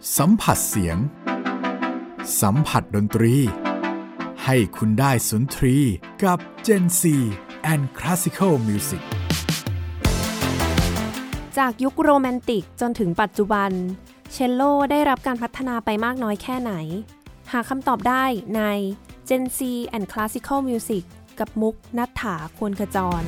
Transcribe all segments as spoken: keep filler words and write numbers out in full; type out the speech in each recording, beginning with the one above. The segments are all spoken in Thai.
สัมผัสเสียงสัมผัสดนตรีให้คุณได้สุนทรีกับ Gen ซี and Classical Music จากยุคโรแมนติกจนถึงปัจจุบันเชลโลได้รับการพัฒนาไปมากน้อยแค่ไหนหาคำตอบได้ใน Gen ซี and Classical Music กับมุกณัฐฐา ควรขจร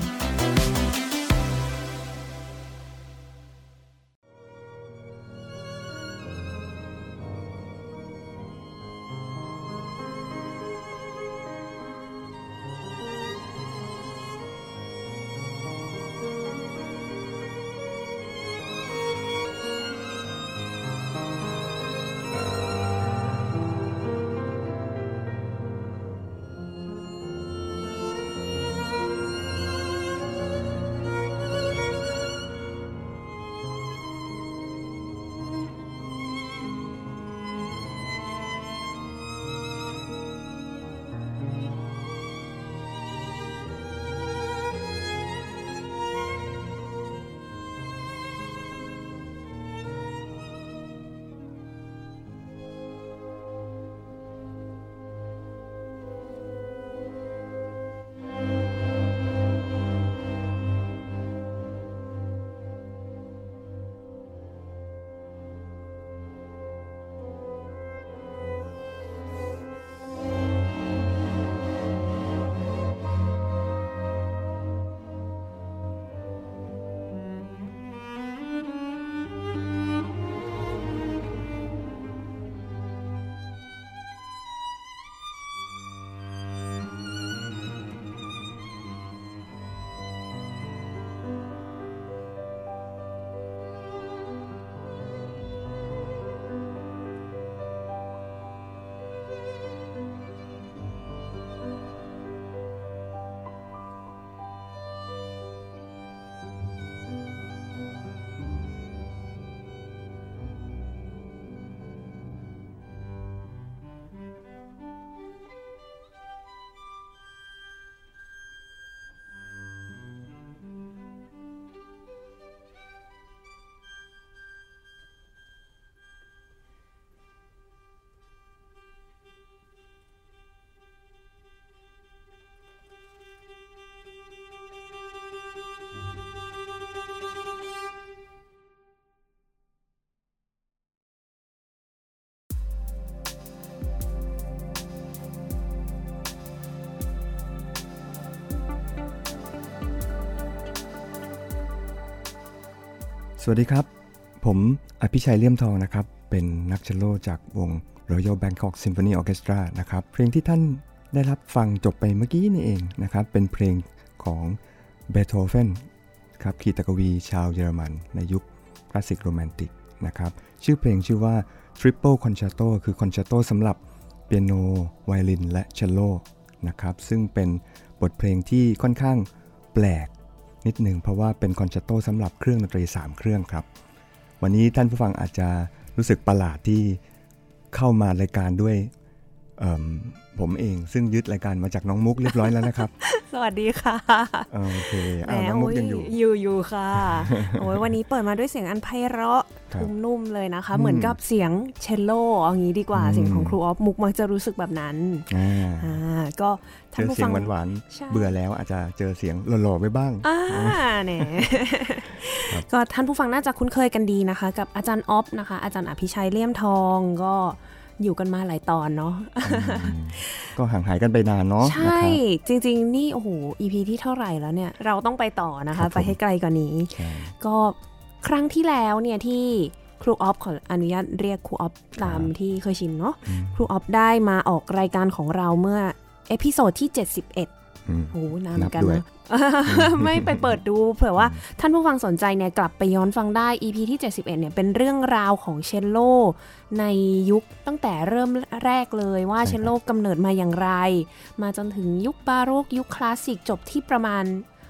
สวัสดีครับผมอภิชัยเลี่ยมทองนะครับเป็นนักเชลโลจากวง Royal Bangkok Symphony Orchestra นะครับเพลงที่ท่านได้รับฟังจบไปเมื่อกี้นี่เองนะครับเป็นเพลงของเบโธเฟนครับขีตกวีชาวเยอรมันในยุคคลาสสิกโรแมนติกนะครับชื่อเพลงชื่อว่า Triple Concerto คือคอนแชร์โตสำหรับเปียโนไวโอลินและเชลโลนะครับซึ่งเป็นบทเพลงที่ค่อนข้างแปลกนิดหนึ่งเพราะว่าเป็นคอนแชร์โตสำหรับเครื่องดนตรีสามเครื่องครับวันนี้ท่านผู้ฟังอาจจะรู้สึกประหลาดที่เข้ามารายการด้วยผมเองซึ่งยึดรายการมาจากน้องมุกเรียบร้อยแล้วนะครับสวัสดีค่ะโอเคอ้าวน้องมุกยังอยู่อยู่อยู่ค่ะโอ้ยวันนี้เปิดมาด้วยเสียงอันไพเราะทุ่มนุ่มเลยนะคะเหมือนกับเสียงเชลโลเอางี้ดีกว่าเสียงของครูออฟมุกมักจะรู้สึกแบบนั้นอ่าก็ท่านผู้ฟังเจอเสียงหวานๆเบื่อแล้วอาจจะเจอเสียงหล่อๆไว้บ้างอ่าเนี่ยก็ท่านผู้ฟังน่าจะคุ้นเคยกันดีนะคะกับอาจารย์ออฟนะคะอาจารย์อภิชัยเลี่ยมทองก็อยู่กันมาหลายตอนเนาะก็ห่างหายกันไปนานเนาะใช่จริงๆนี่โอ้โห อี พี ที่เท่าไหร่แล้วเนี่ยเราต้องไปต่อนะคะไปให้ไกลกว่านี้ก็ครั้งที่แล้วเนี่ยที่ครูออฟขออนุญาตเรียกครูออฟตามที่เคยชินเนาะครูออฟได้มาออกรายการของเราเมื่อเอพิโซดที่เจ็ดสิบเอ็ดโอ้นานกันนะไม่ไปเปิดดูเผื่อว่าท่านผู้ฟังสนใจเนี่ยกลับไปย้อนฟังได้ อี พี ที่เจ็ดสิบเอ็ดเนี่ยเป็นเรื่องราวของเชลโลในยุคตั้งแต่เริ่มแรกเลยว่าเชลโลกำเนิดมาอย่างไรมาจนถึงยุคบาโรกยุคคลาสสิกจบที่ประมาณ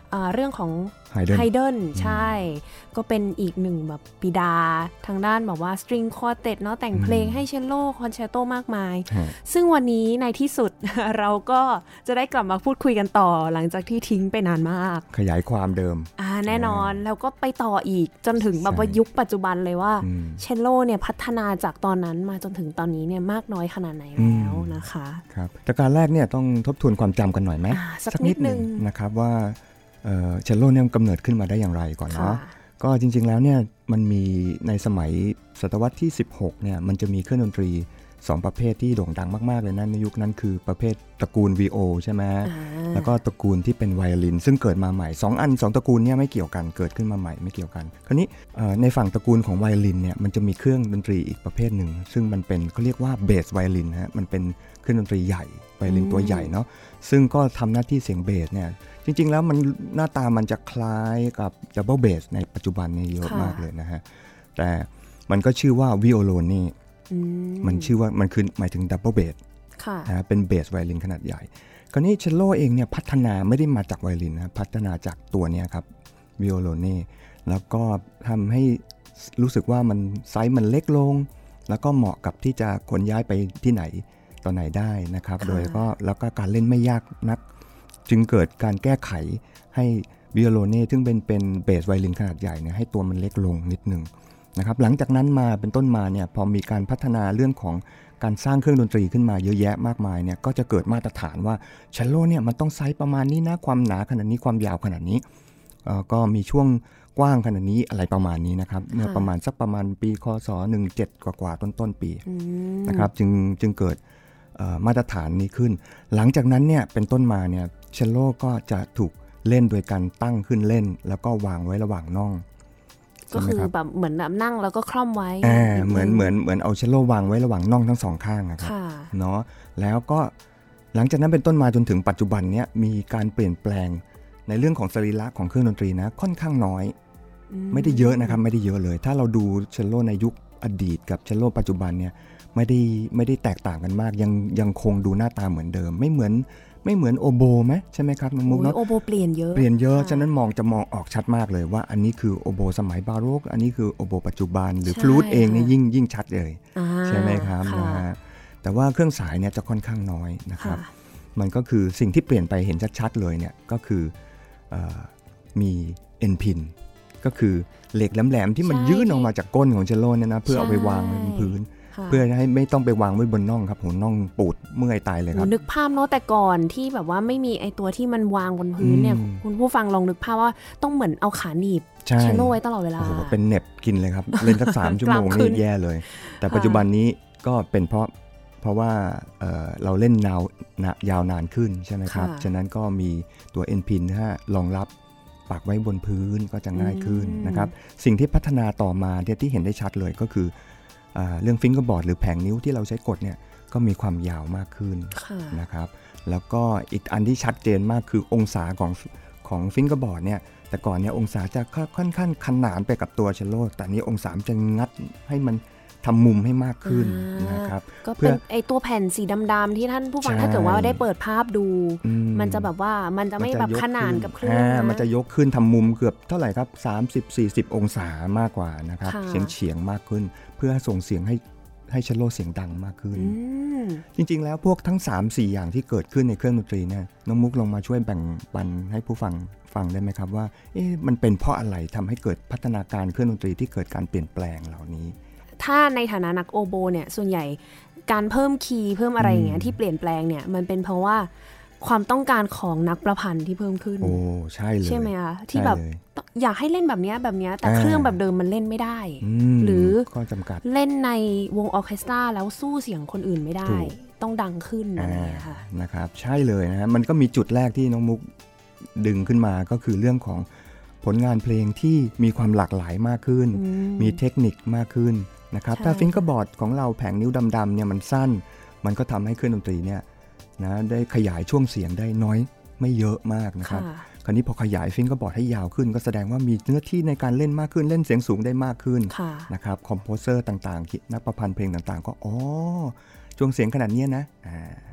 เรื่องของ Haydn ไฮเดนใช่ก็เป็นอีกหนึ่งแบบบิดาทางด้านแบบว่าสตริงคอร์เต็ตเนาะแต่งเพลงให้เชลโลคอนแชร์โตมากมายซึ่งวันนี้ในที่สุด เราก็จะได้กลับมาพูดคุยกันต่อหลังจากที่ทิ้งไปนานมากขยายความเดิมอ่าแน่นอนแล้วก็ไปต่ออีกจนถึงแบบว่ายุคปัจจุบันเลยว่าเชลโลเนี่ยพัฒนาจากตอนนั้นมาจนถึงตอนนี้เนี่ยมากน้อยขนาดไหนแล้วนะคะครับแต่การแรกเนี่ยต้องทบทวนความจำกันหน่อยไหมสักนิดนึงนะครับว่าเชลโลเนี่ยกำเนิดขึ้นมาได้อย่างไรก่อนเนาะก็จริงๆแล้วเนี่ยมันมีในสมัยศตวรรษที่สิบหกเนี่ยมันจะมีเครื่องดนตรีสองประเภทที่โด่งดังมากๆเลยนะในยุคนั้นคือประเภทตระกูล วี โอ ใช่ไหมแล้วก็ตระกูลที่เป็นไวโอลินซึ่งเกิดมาใหม่สองอันสองตระกูลเนี่ยไม่เกี่ยวกันเกิดขึ้นมาใหม่ไม่เกี่ยวกันคราวนี้ในฝั่งตระกูลของไวโอลินเนี่ยมันจะมีเครื่องดนตรีอีกประเภทหนึ่งซึ่งมันเป็นเขาเรียกว่าเบสไวโอลินฮะมันเป็นเครื่องดนตรีใหญ่ไวโอลินตัวใหญ่เนาะซึ่งก็ทำหน้าที่เสียงเบสเนี่ยจริงๆแล้วมันหน้าตามันจะคล้ายกับดับเบิลเบสในปัจจุบันนี่เยอะมากเลยนะฮะแต่มันก็ชื่อว่าวิโอโลนนี่มันชื่อว่ามันคือหมายถึงดับเบิลเบสนะเป็นเบสไวโอลินขนาดใหญ่คราวนี้เชลโลเองเนี่ยพัฒนาไม่ได้มาจากไวโอลินนะพัฒนาจากตัวนี้ครับวิโอโลนนี่แล้วก็ทำให้รู้สึกว่ามันไซส์มันเล็กลงแล้วก็เหมาะกับที่จะขนย้ายไปที่ไหนตอนไหนได้นะครับโดยก็แล้วก็การเล่นไม่ยากนักจึงเกิดการแก้ไขให้วิโอโลเน่ซึ่งเป็นเป็นเบสไวโอลินขนาดใหญ่เนี่ยให้ตัวมันเล็กลงนิดนึงนะครับหลังจากนั้นมาเป็นต้นมาเนี่ยพอมีการพัฒนาเรื่องของการสร้างเครื่องดนตรีขึ้นมาเยอะแยะมากมายเนี่ยก็จะเกิดมาตรฐานว่าเชลโลเนี่ยมันต้องไซส์ประมาณนี้นะความหนาขนาดนี้ความยาวขนาดนี้ก็มีช่วงกว้างขนาดนี้อะไรประมาณนี้นะครับเมื่อประมาณสักประมาณปีคศหนึ่งเจ็ดกว่าๆต้นๆปีนะครับจึงจึงเกิดมาตรฐานนี้ขึ้นหลังจากนั้นเนี่ยเป็นต้นมาเนี่ยเชลโลก็จะถูกเล่นโดยการตั้งขึ้นเล่นแล้วก็วางไว้ระหว่างน่องก็คือแบบเหมือนนั่งแล้วก็คล่อมไว้เหมือนเหมือนเหมือนเอาเชลโลวางไว้ระหว่างน่องทั้งสองข้างนะครับเนาะแล้วก็หลังจากนั้นเป็นต้นมาจนถึงปัจจุบันเนี้ยมีการเปลี่ยนแปลงในเรื่องของสรีระของเครื่องดนตรีนะค่อนข้างน้อยไม่ได้เยอะนะครับไม่ได้เยอะเลยถ้าเราดูเชลโลในยุคอดีตกับเชลโลปัจจุบันเนี่ยไม่ได้ไม่ได้แตกต่างกันมากยังยังคงดูหน้าตาเหมือนเดิมไม่เหมือนไม่เหมือนโอโบไหมใช่ไหมครับน้องมุกเนาะโอโบเปลี่ยนเยอะเปลี่ยนเยอะฉะนั้นมองจะมองออกชัดมากเลยว่าอันนี้คือโอโบสมัยบาโรกอันนี้คือโอโบปัจจุบันหรือฟลูตเองนี่ยิ่งยิ่งชัดเลยใช่ไหมครับนะฮะแต่ว่าเครื่องสายเนี่ยจะค่อนข้างน้อยนะครับมันก็คือสิ่งที่เปลี่ยนไปเห็นชัดๆเลยเนี่ยก็คือมีเอ็นพินก็คือเหล็กแหลมๆที่มันยื่นออกมาจากก้นของเชลโลเนี่ยนะเพื่อเอาไปวางบนพื้นเพื่อให้ไม่ต้องไปวางไว้บนน่องครับหัวน่องปูดเมื่อยตายเลยครับนึกภาพเนาะแต่ก่อนที่แบบว่าไม่มีไอตัวที่มันวางบนพื้นเนี่ยคุณผู้ฟังลองนึกภาพว่าต้องเหมือนเอาขาหนีบเชลโลไว้ตลอดเวลาโอ้โหเป็นเน็บกินเลยครับเล่นสักสามชั่วโมงนี่แย่เลยแต่ปัจจุบันนี้ก็เป็นเพราะเพราะว่า เอ่อ เราเล่นนาวยาวนานขึ้นใช่ไหมครับฉะนั้นก็มีตัวเอ็นพินนะฮะรองรับปักไว้บนพื้นก็จะง่ายขึ้นนะครับสิ่งที่พัฒนาต่อมาที่เห็นได้ชัดเลยก็คือเรื่องฟิงเกอร์บอร์ดหรือแผงนิ้วที่เราใช้กดเนี่ยก็มีความยาวมากขึ้นนะครับแล้วก็อีกอันที่ชัดเจนมากคือองศาของของฟิงเกอร์บอร์ดเนี่ยแต่ก่อนเนี่ยองศาจะค่อนข้างขนานไปกับตัวเชลโลแต่นี้องศาจะงัดให้มันทำมุมให้มากขึ้นนะครับก็เป็นไอตัวแผ่นสีดำๆที่ท่านผู้ฟังถ้าเกิดว่าได้เปิดภาพดูมันจะแบบว่ามันจะไม่แบบขนานกับเครื่องนะมันจะยกขึ้นทำมุมเกือบเท่าไหร่ครับสามสิบ สี่สิบองศามากกว่านะครับเฉียงเฉียงมากขึ้นเพื่อส่งเสียงให้ให้เชลโลเสียงดังมากขึ้นจริงๆแล้วพวกทั้ง สามสี่ อย่างที่เกิดขึ้นในเครื่องดนตรีเนี่ยน้องมุกลองมาช่วยแบ่งปันให้ผู้ฟังฟังได้ไหมครับว่าเอ๊ะมันเป็นเพราะอะไรทำให้เกิดพัฒนาการเครื่องดนตรีที่เกิดการเปลี่ยนแปลงเหล่านี้ถ้าในฐานะนักโอโบเนี่ยส่วนใหญ่การเพิ่มคีย์เพิ่มอะไรอย่างเงี้ยที่เปลี่ยนแปลงเนี่ยมันเป็นเพราะว่าความต้องการของนักประพันธ์ที่เพิ่มขึ้นโอ้ใช่เลยใช่ไหมคะที่แบบอยากให้เล่นแบบนี้แบบนี้แต่เครื่องแบบเดิมมันเล่นไม่ได้หรือข้อจำกัดเล่นในวงออร์เคสตราแล้วสู้เสียงคนอื่นไม่ได้ต้องดังขึ้นอะไรอย่างเงี้ยค่ะนะครับใช่เลยนะฮะมันก็มีจุดแรกที่น้องมุกดึงขึ้นมาก็คือเรื่องของผลงานเพลงที่มีความหลากหลายมากขึ้นมีเทคนิคมากขึ้นนะครับถ้าฟิงเกอร์บอร์ดของเราแผงนิ้วดำๆเนี่ยมันสั้นมันก็ทำให้เครื่องดนตรีเนี่ยนะได้ขยายช่วงเสียงได้น้อยไม่เยอะมากนะครับคราวนี้พอขยายฟิงเกอร์บอร์ดให้ยาวขึ้นก็แสดงว่ามีเนื้อที่ในการเล่นมากขึ้นเล่นเสียงสูงได้มากขึ้นนะครับคอมโพเซอร์ต่างๆนักประพันธ์เพลงต่างๆก็อ๋อช่วงเสียงขนาดนี้นะจะ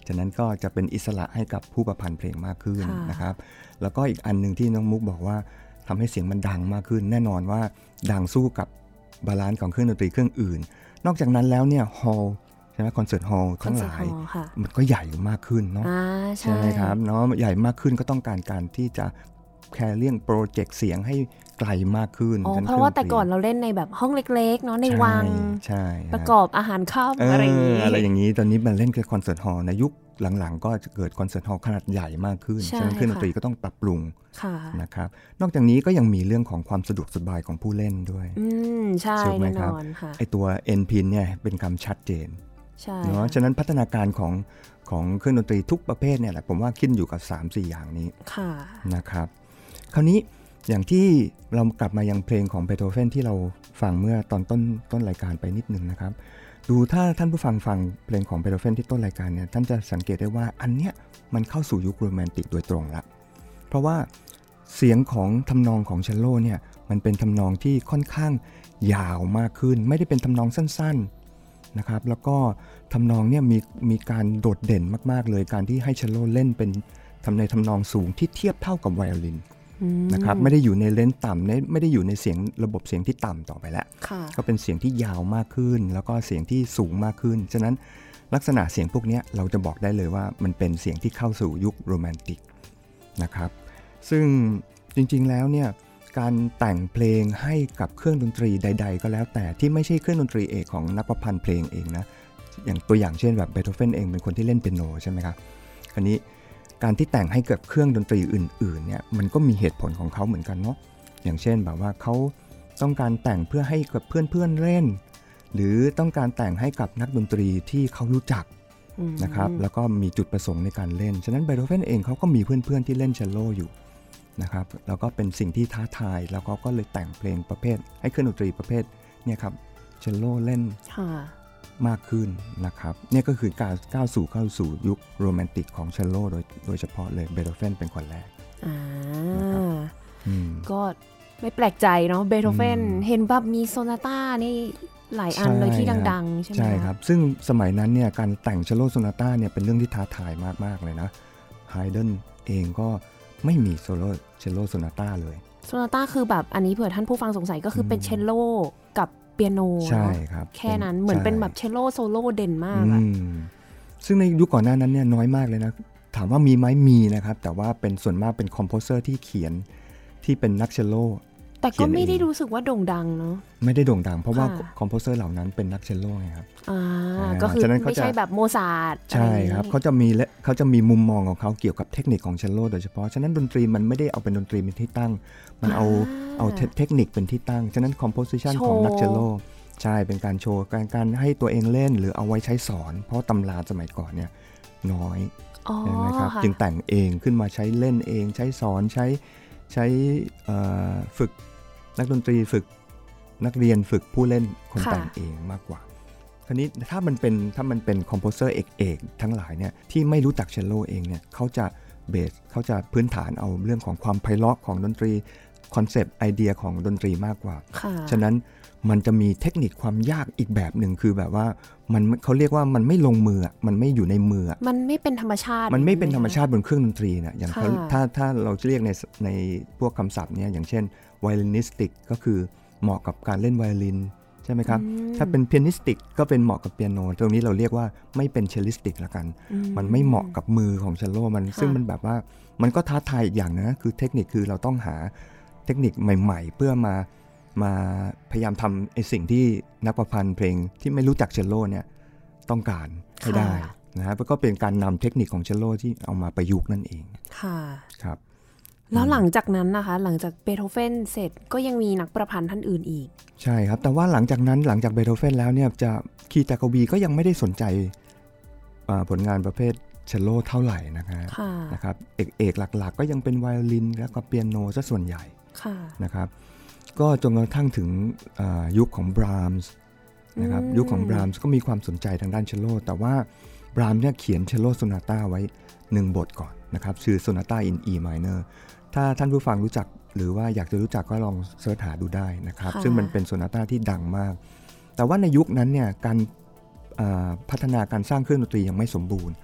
ฉะนั้นก็จะเป็นอิสระให้กับผู้ประพันธ์เพลงมากขึ้นนะครับแล้วก็อีกอันนึงที่น้องมุกบอกว่าทำให้เสียงมันดังมากขึ้นแน่นอนว่าดังสู้กับบาลานซ์ของเครื่องดนตรีเครื่องอื่นนอกจากนั้นแล้วเนี่ยฮอลล์ใช่ไหมคอนเสิร์ตฮอลล์ทั้งหลายมันก็ใหญ่มากขึ้นเนาะใช่ไหมครับเนาะใหญ่มากขึ้นก็ต้องการการที่จะแคร์เรื่องโปรเจกต์เสียงให้ไกลมากขึ้นเพราะว่าแต่ก่อนเราเล่นในแบบห้องเล็กๆเนาะในวังประกอบอาหารค่ำอะไรอย่างนี้อะไรอย่างนี้ตอนนี้มันเล่นกับคอนเสิร์ตฮอลล์ในยุคหลังๆก็จะเกิดคอนเสิร์ตฮอลล์ขนาดใหญ่มากขึ้นฉะนั้นเครื่องดนตรีก็ต้องปรับปรุงนะครับนอกจากนี้ก็ยังมีเรื่องของความสะดวกสบายของผู้เล่นด้วยอืมใช่แน่นอนค่ะไอตัว N pin เนี่ยเป็นคำชัดเจนเนาะฉะนั้นพัฒนาการของของเครื่องดนตรีทุกประเภทเนี่ยแหละผมว่าขึ้นอยู่กับ สามสี่ อย่างนี้นะครับคราวนี้อย่างที่เรากลับมายังเพลงของเบโธเฟนที่เราฟังเมื่อตอนต้นต้นรายการไปนิดนึงนะครับดูถ้าท่านผู้ฟังฟังเพลงของเบโธเฟนที่ต้นรายการเนี่ยท่านจะสังเกตได้ว่าอันเนี้ยมันเข้าสู่ยุคโรแมนติกโดยตรงละเพราะว่าเสียงของทำนองของเชลโลเนี่ยมันเป็นทำนองที่ค่อนข้างยาวมากขึ้นไม่ได้เป็นทำนองสั้นๆนะครับแล้วก็ทำนองเนี่ยมีมีการโดดเด่นมากๆเลยการที่ให้เชลโลเล่นเป็นทำในทำนองสูงที่เทียบเท่ากับไวโอลินนะครับไม่ได้อยู่ในเลนส์ต่ำไม่ได้อยู่ในเสียงระบบเสียงที่ต่ำต่อไปแล้วก็เป็นเสียงที่ยาวมากขึ้นแล้วก็เสียงที่สูงมากขึ้นฉะนั้นลักษณะเสียงพวกนี้เราจะบอกได้เลยว่ามันเป็นเสียงที่เข้าสู่ยุคโรแมนติกนะครับซึ่งจริงๆแล้วเนี่ยการแต่งเพลงให้กับเครื่องดนตรีใดๆก็แล้วแต่ที่ไม่ใช่เครื่องดนตรีเอกของนักประพันธ์เพลงเองนะอย่างตัวอย่างเช่นแบบเบโธเฟนเองเป็นคนที่เล่นเปียโนใช่ไหมครับคราวนี้การที่แต่งให้กับเครื่องดนตรีอื่นๆเนี่ยมันก็มีเหตุผลของเขาเหมือนกันเนาะอย่างเช่นแบบว่าเขาต้องการแต่งเพื่อให้กับเพื่อนๆเล่นหรือต้องการแต่งให้กับนักดนตรีที่เขารู้จักนะครับแล้วก็มีจุดประสงค์ในการเล่นฉะนั้นเบโธเฟนเองเขาก็มีเพื่อนๆที่เล่นเชลโลอยู่นะครับแล้วก็เป็นสิ่งที่ท้าทายแล้วก็ก็เลยแต่งเพลงประเภทให้เครื่องดนตรีประเภทเนี่ยครับเชลโลเล่นมากขึ้นนะครับเนี่ยก็คือการก้าวสู่เข้าสู่ยุคโรแมนติกของเชลโลโดยโดยเฉพาะเลยเบโธเฟนเป็นคนแรกอ่าก็ไม่แปลกใจเนาะเบโธเฟนเห็นแบบมีโซนาต้านี่หลายอันเลยที่ดังๆใช่ไหมใช่ครับซึ่งสมัยนั้นเนี่ยการแต่งเชลโลโซนาต้าเนี่ยเป็นเรื่องที่ท้าทายมากๆเลยนะไฮเดนเองก็ไม่มีโซโลเชลโลโซนาต้าเลยโซนาต้าคือแบบอันนี้เผื่อท่านผู้ฟังสงสัยก็คือเป็นเชลโลกับเปียโนใช่ครับแค่นั้นเหมือนเป็นแบบเชลโลโซโล่เด่นมากอะซึ่งในยุคก่อนหน้านั้นเนี่ยน้อยมากเลยนะถามว่ามีไหมมีนะครับแต่ว่าเป็นส่วนมากเป็นคอมโพเซอร์ที่เขียนที่เป็นนักเชลโลแต่ก็ไม่ได้รู้สึกว่าโด่งดังเนาะไม่ได้โด่งดังเพราะว่าคอมโพเซอร์เหล่านั้นเป็นนักเชลโลไงครับอ่าก็คือไม่ใช่แบบโมซาร์ทใช่ครับเขาจะมีเขาจะมีมุมมองของเขาเกี่ยวกับเทคนิคของเชลโลโดยเฉพาะฉะนั้นดนตรีมันไม่ได้เอาเป็นดนตรีเป็นที่ตั้งมันเอาเอาเทคนิคเป็นที่ตั้งฉะนั้นคอมโพสิชันของนักเชลโลใช่เป็นการโชว์การการให้ตัวเองเล่นหรือเอาไว้ใช้สอนเพราะตำราสมัยก่อนเนี่ยน้อยใช่ไหมครับจึงแต่งเองขึ้นมาใช้เล่นเองใช้สอนใช้ใช้ฝึกนักดนตรีฝึกนักเรียนฝึกผู้เล่นคนแต่งเองมากกว่าคราวนี้ถ้ามันเป็นถ้ามันเป็นคอมโพเซอร์เอกๆทั้งหลายเนี่ยที่ไม่รู้จักเชลโลเองเนี่ยเขาจะเบสเขาจะพื้นฐานเอาเรื่องของความไพเราะของดนตรีคอนเซปต์ไอเดียของดนตรีมากกว่าฉะนั้นมันจะมีเทคนิคความยากอีกแบบหนึ่งคือแบบว่ามันเขาเรียกว่ามันไม่ลงมือมันไม่อยู่ในมือมันไม่เป็นธรรมชาติมันไม่เป็นธรรมชาติบนเครื่องดนตรีนะอย่างถ้าถ้าเราเรียกในในพวกคำศัพท์เนี่ยอย่างเช่นไวโอลินิสติกก็คือเหมาะกับการเล่นไวโอลินใช่ไหมครับถ้าเป็นเปียนิสติกก็เป็นเหมาะกับเปียโนตรงนี้เราเรียกว่าไม่เป็นเชลลิสติกละกันมันไม่เหมาะกับมือของเชลโลมันซึ่งมันแบบว่ามันก็ท้าทายอีกอย่างนะคือเทคนิคคือเราต้องหาเทคนิคใหม่ๆเพื่อมามาพยายามทำไอ้สิ่งที่นักประพันธ์เพลงที่ไม่รู้จักเชลโลเนี่ยต้องการให้ได้นะครับก็เป็นการนำเทคนิคของเชลโลที่เอามาประยุกต์นั่นเองค่ะครับแล้วหลังจากนั้นนะคะหลังจากเบโธเฟนเสร็จก็ยังมีนักประพันธ์ท่านอื่นอีกใช่ครับแต่ว่าหลังจากนั้นหลังจากเบโธเฟนแล้วเนี่ยจะคีตากวีก็ยังไม่ได้สนใจผลงานประเภทเชลโลเท่าไหร่นะครับนะครับเอกเอกหลักๆก็ยังเป็นไวโอลินแล้วก็เปียโนซะส่วนใหญ่นะครับก็จนกระทั่งถึงยุคของบรามส์นะครับยุคของบรามส์ก็มีความสนใจทางด้านเชลโลแต่ว่าบรามส์เนี่ยเขียนเชลโลโซนาต้าไว้หนึ่งบทก่อนนะครับชื่อโซนาต้า in E minor ถ้าท่านผู้ฟังรู้จักหรือว่าอยากจะรู้จักก็ลองเสิร์ชหาดูได้นะครับซึ่งมันเป็นโซนาต้าที่ดังมากแต่ว่าในยุคนั้นเนี่ยการพัฒนาการสร้างเครื่องดนตรียังไม่สมบูรณ์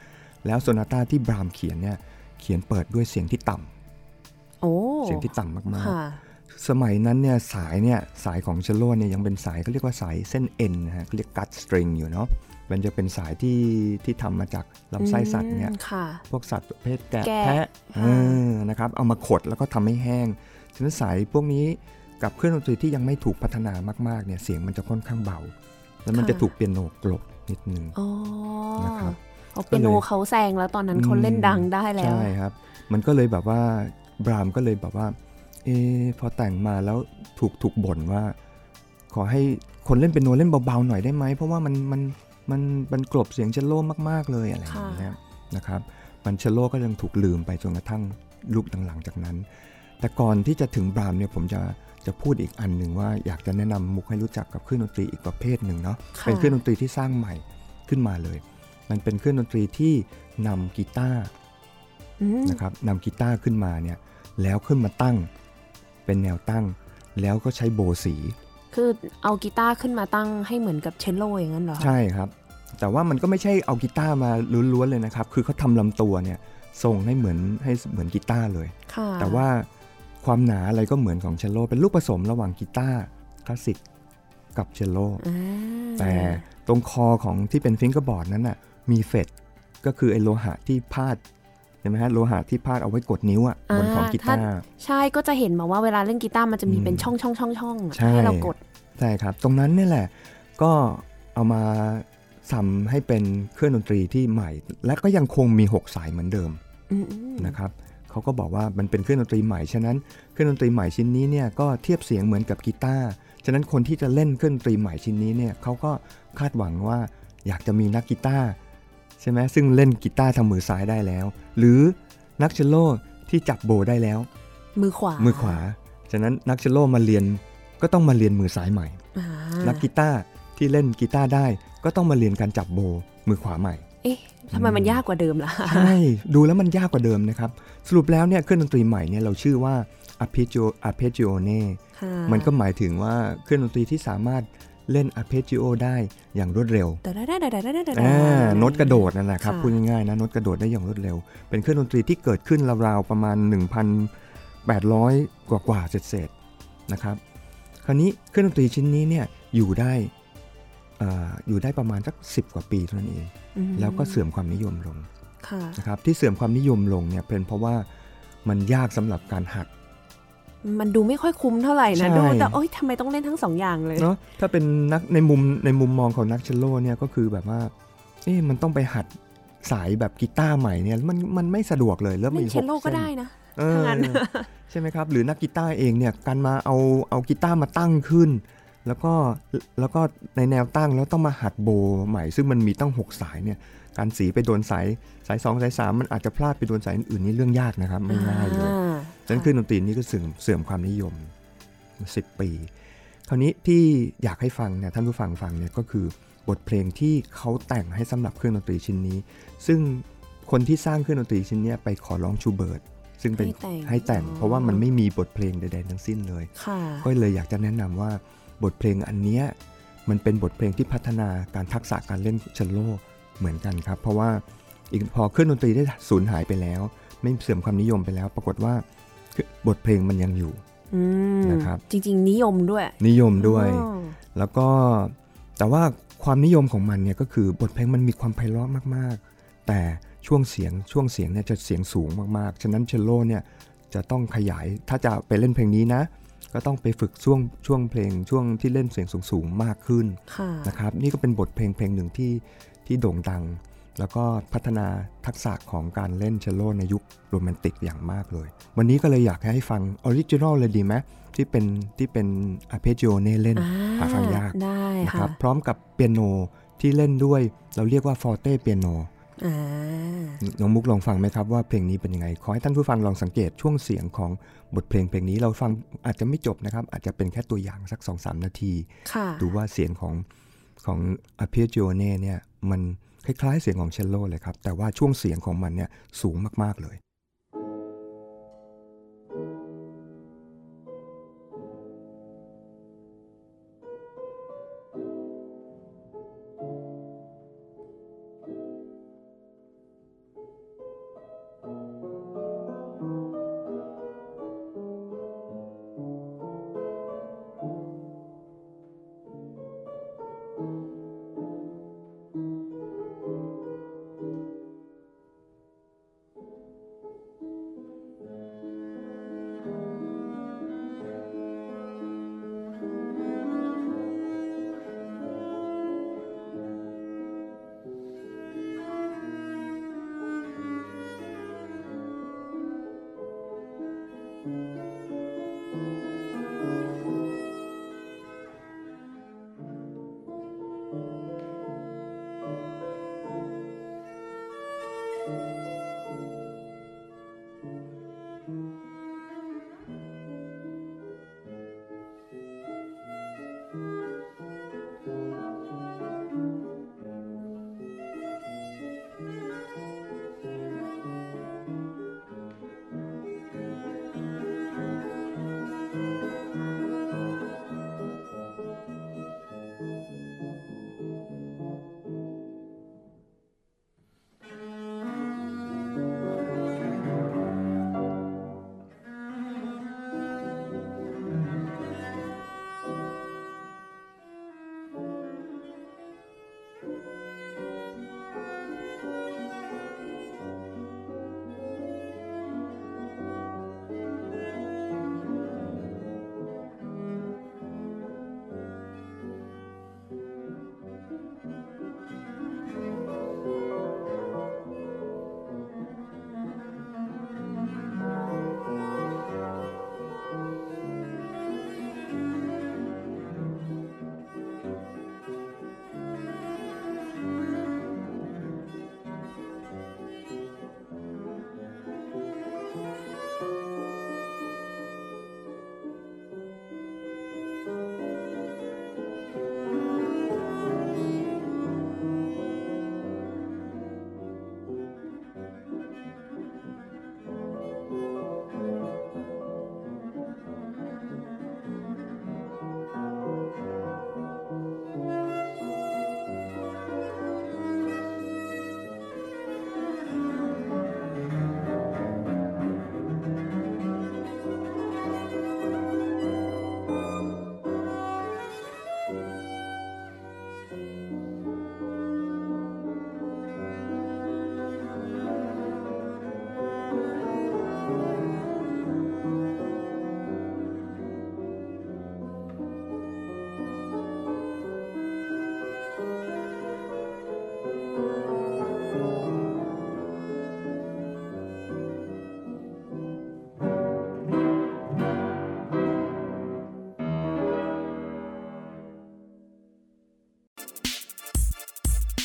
แล้วโซนาต้าที่บรามเขียนเนี่ยเขียนเปิดด้วยเสียงที่ต่ำโอ้เสียงที่ต่ำมากๆสมัยนั้นเนี่ยสายเนี่ยสายของเชลโลเนี่ยยังเป็นสายเขาเรียกว่าสายเส้นเอ็นนะฮะเขาเรียกกัตสตริงอยู่เนาะมันจะเป็นสายที่ที่ทำมาจากลำไส้สัตว์เนี่ยพวกสัตว์ประเภทแกะแพะนะครับเอามาขดแล้วก็ทำให้แห้งฉะนั้นสายพวกนี้กับเครื่องดนตรีที่ยังไม่ถูกพัฒนามากๆเนี่ยเสียงมันจะค่อนข้างเบาแล้วมันจะถูกเปียโนกลบนิดนึงนะครับเอาเปียโนเขาแซงแล้วตอนนั้นเขาเล่นดังได้แล้วใช่ครับมันก็เลยแบบว่าบรามก็เลยแบบว่าเออพอแต่งมาแล้วถูกถูกบ่นว่าขอให้คนเล่นเปียโนเล่นเบาๆหน่อยได้ไหมเพราะว่ามันมันมันมันกลบเสียงเชลโลมากๆเลยอะไรอย่างเงี้ยนะครับมันเชลโลก็ยังถูกลืมไปจนกระทั่งยุคหลังๆจากนั้นแต่ก่อนที่จะถึงบรามเนี่ยผมจะจะพูดอีกอันหนึ่งว่าอยากจะแนะนำมุกให้รู้จักกับเครื่องดนตรีอีกประเภทหนึ่งเนาะเป็นเครื่องดนตรีที่สร้างใหม่ขึ้นมาเลยมันเป็นเครื่องดนตรีที่นำกีตาร์นะครับนำกีตาร์ขึ้นมาเนี่ยแล้วขึ้นมาตั้งเป็นแนวตั้งแล้วก็ใช้โบสีคือเอากีตาร์ขึ้นมาตั้งให้เหมือนกับเชลโลอย่างนั้นเหรอใช่ครับแต่ว่ามันก็ไม่ใช่เอากีตาร์มาล้วนๆเลยนะครับคือเขาทำลำตัวเนี่ยทรงให้เหมือนให้เหมือนกีตาร์เลยแต่ว่าความหนาอะไรก็เหมือนของเชลโลเป็นลูกผสมระหว่างกีตาร์คลาสสิกกับเชลโลแต่ตรงคอของที่เป็นฟิงเกอร์บอร์ดนั้นน่ะมีเฟดก็คือไอโลหะที่พาดเห็นไหมฮะโลหะที่พาดเอาไว้กดนิ้วอ่ะบนของกีตาร์ใช่ก็จะเห็นมาว่าเวลาเล่นกีตาร์มันจะมีเป็นช่องช่องช่องช่องให้เรากดใช่ครับตรงนั้นนี่แหละก็เอามาทำให้เป็นเครื่องดนตรีที่ใหม่และก็ยังคงมีหกสายเหมือนเดิมนะครับเขาก็บอกว่ามันเป็นเครื่องดนตรีใหม่ฉะนั้นเครื่องดนตรีใหม่ชิ้นนี้เนี่ยก็เทียบเสียงเหมือนกับกีตาร์ฉะนั้นคนที่จะเล่นเครื่องดนตรีใหม่ชิ้นนี้เนี่ยเขาก็คาดหวังว่าอยากจะมีนักกีตาร์ใช่ไหมซึ่งเล่นกีตาร์ทางมือซ้ายได้แล้วหรือนักเชลโลที่จับโบได้แล้วมือขวามือขวาฉะนั้นนักเชลโลมาเรียนก็ต้องมาเรียนมือซ้ายใหม่นักกีตาร์ที่เล่นกีตาร์ได้ก็ต้องมาเรียนการจับโบมือขวาใหม่เอ๊ะทำไมมันยากกว่าเดิมล่ะใช่ดูแล้วมันยากกว่าเดิมนะครับสรุปแล้วเนี่ยเครื่องดนตรีใหม่เนี่ยเราชื่อว่า arpeggio arpeggione มันก็หมายถึงว่าเครื่องดนตรีที่สามารถเล่น arpeggio ได้อย่างรวดเร็วโน้ตกระโดดนั่นแหละครับพูดง่ายๆนะโน้ตกระโดดได้อย่างรวดเร็วเป็นเครื่องดนตรีที่เกิดขึ้นราวๆประมาณ หนึ่งพันแปดร้อย กว่าๆเศษๆนะครับคราวนี้เครื่องดนตรีชิ้นนี้เนี่ยอยู่ได้อยู่ได้ประมาณสักสิบกว่าปีเท่านั้นเองแล้วก็เสื่อมความนิยมลงนะครับที่เสื่อมความนิยมลงเนี่ยเป็นเพราะว่ามันยากสำหรับการหัดมันดูไม่ค่อยคุ้มเท่าไหร่นะดูแต่โอ๊ยทำไมต้องเล่นทั้งสองอย่างเลยเนาะถ้าเป็นนักในมุมในมุมมองของนักเชลโลเนี่ยก็คือแบบว่าเอ๊ะมันต้องไปหัดสายแบบกีตาร์ใหม่เนี่ยมันมันไม่สะดวกเลยแล้วมีหกเส้นเล่นเชลโลก็ได้นะทั้งนั้นใช่ไหมครับหรือนักกีตาร์เองเนี่ยการมาเอาเอากีตาร์มาตั้งขึ้นแล้วก็แล้วก็ในแนวตั้งแล้วต้องมาหัดโบใหม่ซึ่งมันมีตั้งหกสายเนี่ยการสีไปโดนสายสายสองสายสามมันอาจจะพลาดไปโดนสายอื่นนี่เรื่องยากนะครับไม่ง่ายเลยฉะนั้นเครื่องดนตรีนี้ก็เสื่อมเสื่อมความนิยมสิบปีคราวนี้ที่อยากให้ฟังเนี่ยท่านผู้ฟังฟังเนี่ยก็คือบทเพลงที่เขาแต่งให้สำหรับเครื่องดนตรีชิ้นนี้ซึ่งคนที่สร้างเครื่องดนตรีชิ้นนี้ไปขอร้องชูเบิร์ตซึ่งเป็นให้แต่งเพราะว่ามันไม่มีบทเพลงใดๆทั้งสิ้นเลยก็เลยอยากจะแนะนำว่าบทเพลงอันนี้มันเป็นบทเพลงที่พัฒนาการทักษะการเล่นเชลโลเหมือนกันครับเพราะว่าอีกพอเครื่องดนตรีได้สูญหายไปแล้วไม่เสื่อมความนิยมไปแล้วปรากฏว่าบทเพลงมันยังอยู่นะครับจริงๆนิยมด้วยนิยมด้วยแล้วก็แต่ว่าความนิยมของมันเนี่ยก็คือบทเพลงมันมีความไพเราะมากๆแต่ช่วงเสียงช่วงเสียงเนี่ยจะเสียงสูงมากๆฉะนั้นเชลโลเนี่ยจะต้องขยายถ้าจะไปเล่นเพลงนี้นะก็ต้องไปฝึกช่วงช่วงเพลงช่วงที่เล่นเสียงสูงๆมากขึ้นนะครับนี่ก็เป็นบทเพลงเพลงหนึ่งที่ที่โด่งดังแล้วก็พัฒนาทักษะของการเล่นเชลโลในยุคโรแมนติกอย่างมากเลยวันนี้ก็เลยอยากให้ฟังออริจินอลเลยดีไหมที่เป็นที่เป็นอาร์เพจจิโอเน่เล่นหาฟังยากนะครับพร้อมกับเปียโนที่เล่นด้วยเราเรียกว่าฟอร์เต้เปียโนน้องมุกลองฟังไหมครับว่าเพลงนี้เป็นยังไงขอให้ท่านผู้ฟังลองสังเกตช่วงเสียงของบทเพลงเพลงนี้เราฟังอาจจะไม่จบนะครับอาจจะเป็นแค่ตัวอย่างสัก สองถึงสาม นาทีดูว่าเสียงของของอาร์เพจจิโอเน่เนี่ยมันคล้ายๆเสียงของเชลโลเลยครับแต่ว่าช่วงเสียงของมันเนี่ยสูงมากๆเลย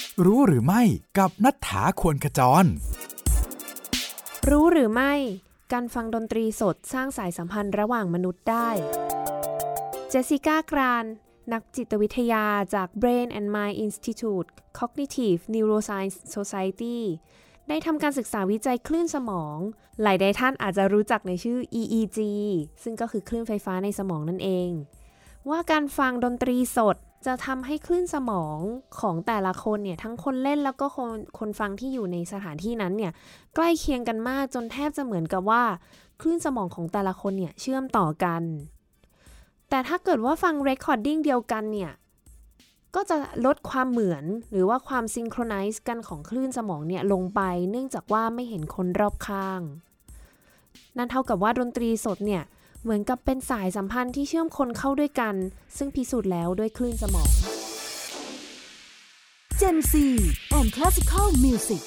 รู้หรือไม่กับณัฐฐา ควรขจรรู้หรือไม่การฟังดนตรีสดสร้างสายสัมพันธ์ระหว่างมนุษย์ได้เจสสิก้ากรานนักจิตวิทยาจาก Brain and Mind Institute Cognitive Neuroscience Society ได้ทำการศึกษาวิจัยคลื่นสมองหลายใดท่านอาจจะรู้จักในชื่อ อี อี จี ซึ่งก็คือคลื่นไฟฟ้าในสมองนั่นเองว่าการฟังดนตรีสดจะทำให้คลื่นสมองของแต่ละคนเนี่ยทั้งคนเล่นแล้วก็คนคนฟังที่อยู่ในสถานที่นั้นเนี่ยใกล้เคียงกันมากจนแทบจะเหมือนกับว่าคลื่นสมองของแต่ละคนเนี่ยเชื่อมต่อกันแต่ถ้าเกิดว่าฟังเรคคอร์ดดิ้งเดียวกันเนี่ยก็จะลดความเหมือนหรือว่าความซิงโครไนซ์กันของคลื่นสมองเนี่ยลงไปเนื่องจากว่าไม่เห็นคนรอบข้างนั่นเท่ากับว่าดนตรีสดเนี่ยเหมือนกับเป็นสายสัมพันธ์ที่เชื่อมคนเข้าด้วยกันซึ่งพิสูจน์แล้วด้วยคลื่นสมอง Gen Z and Classical Music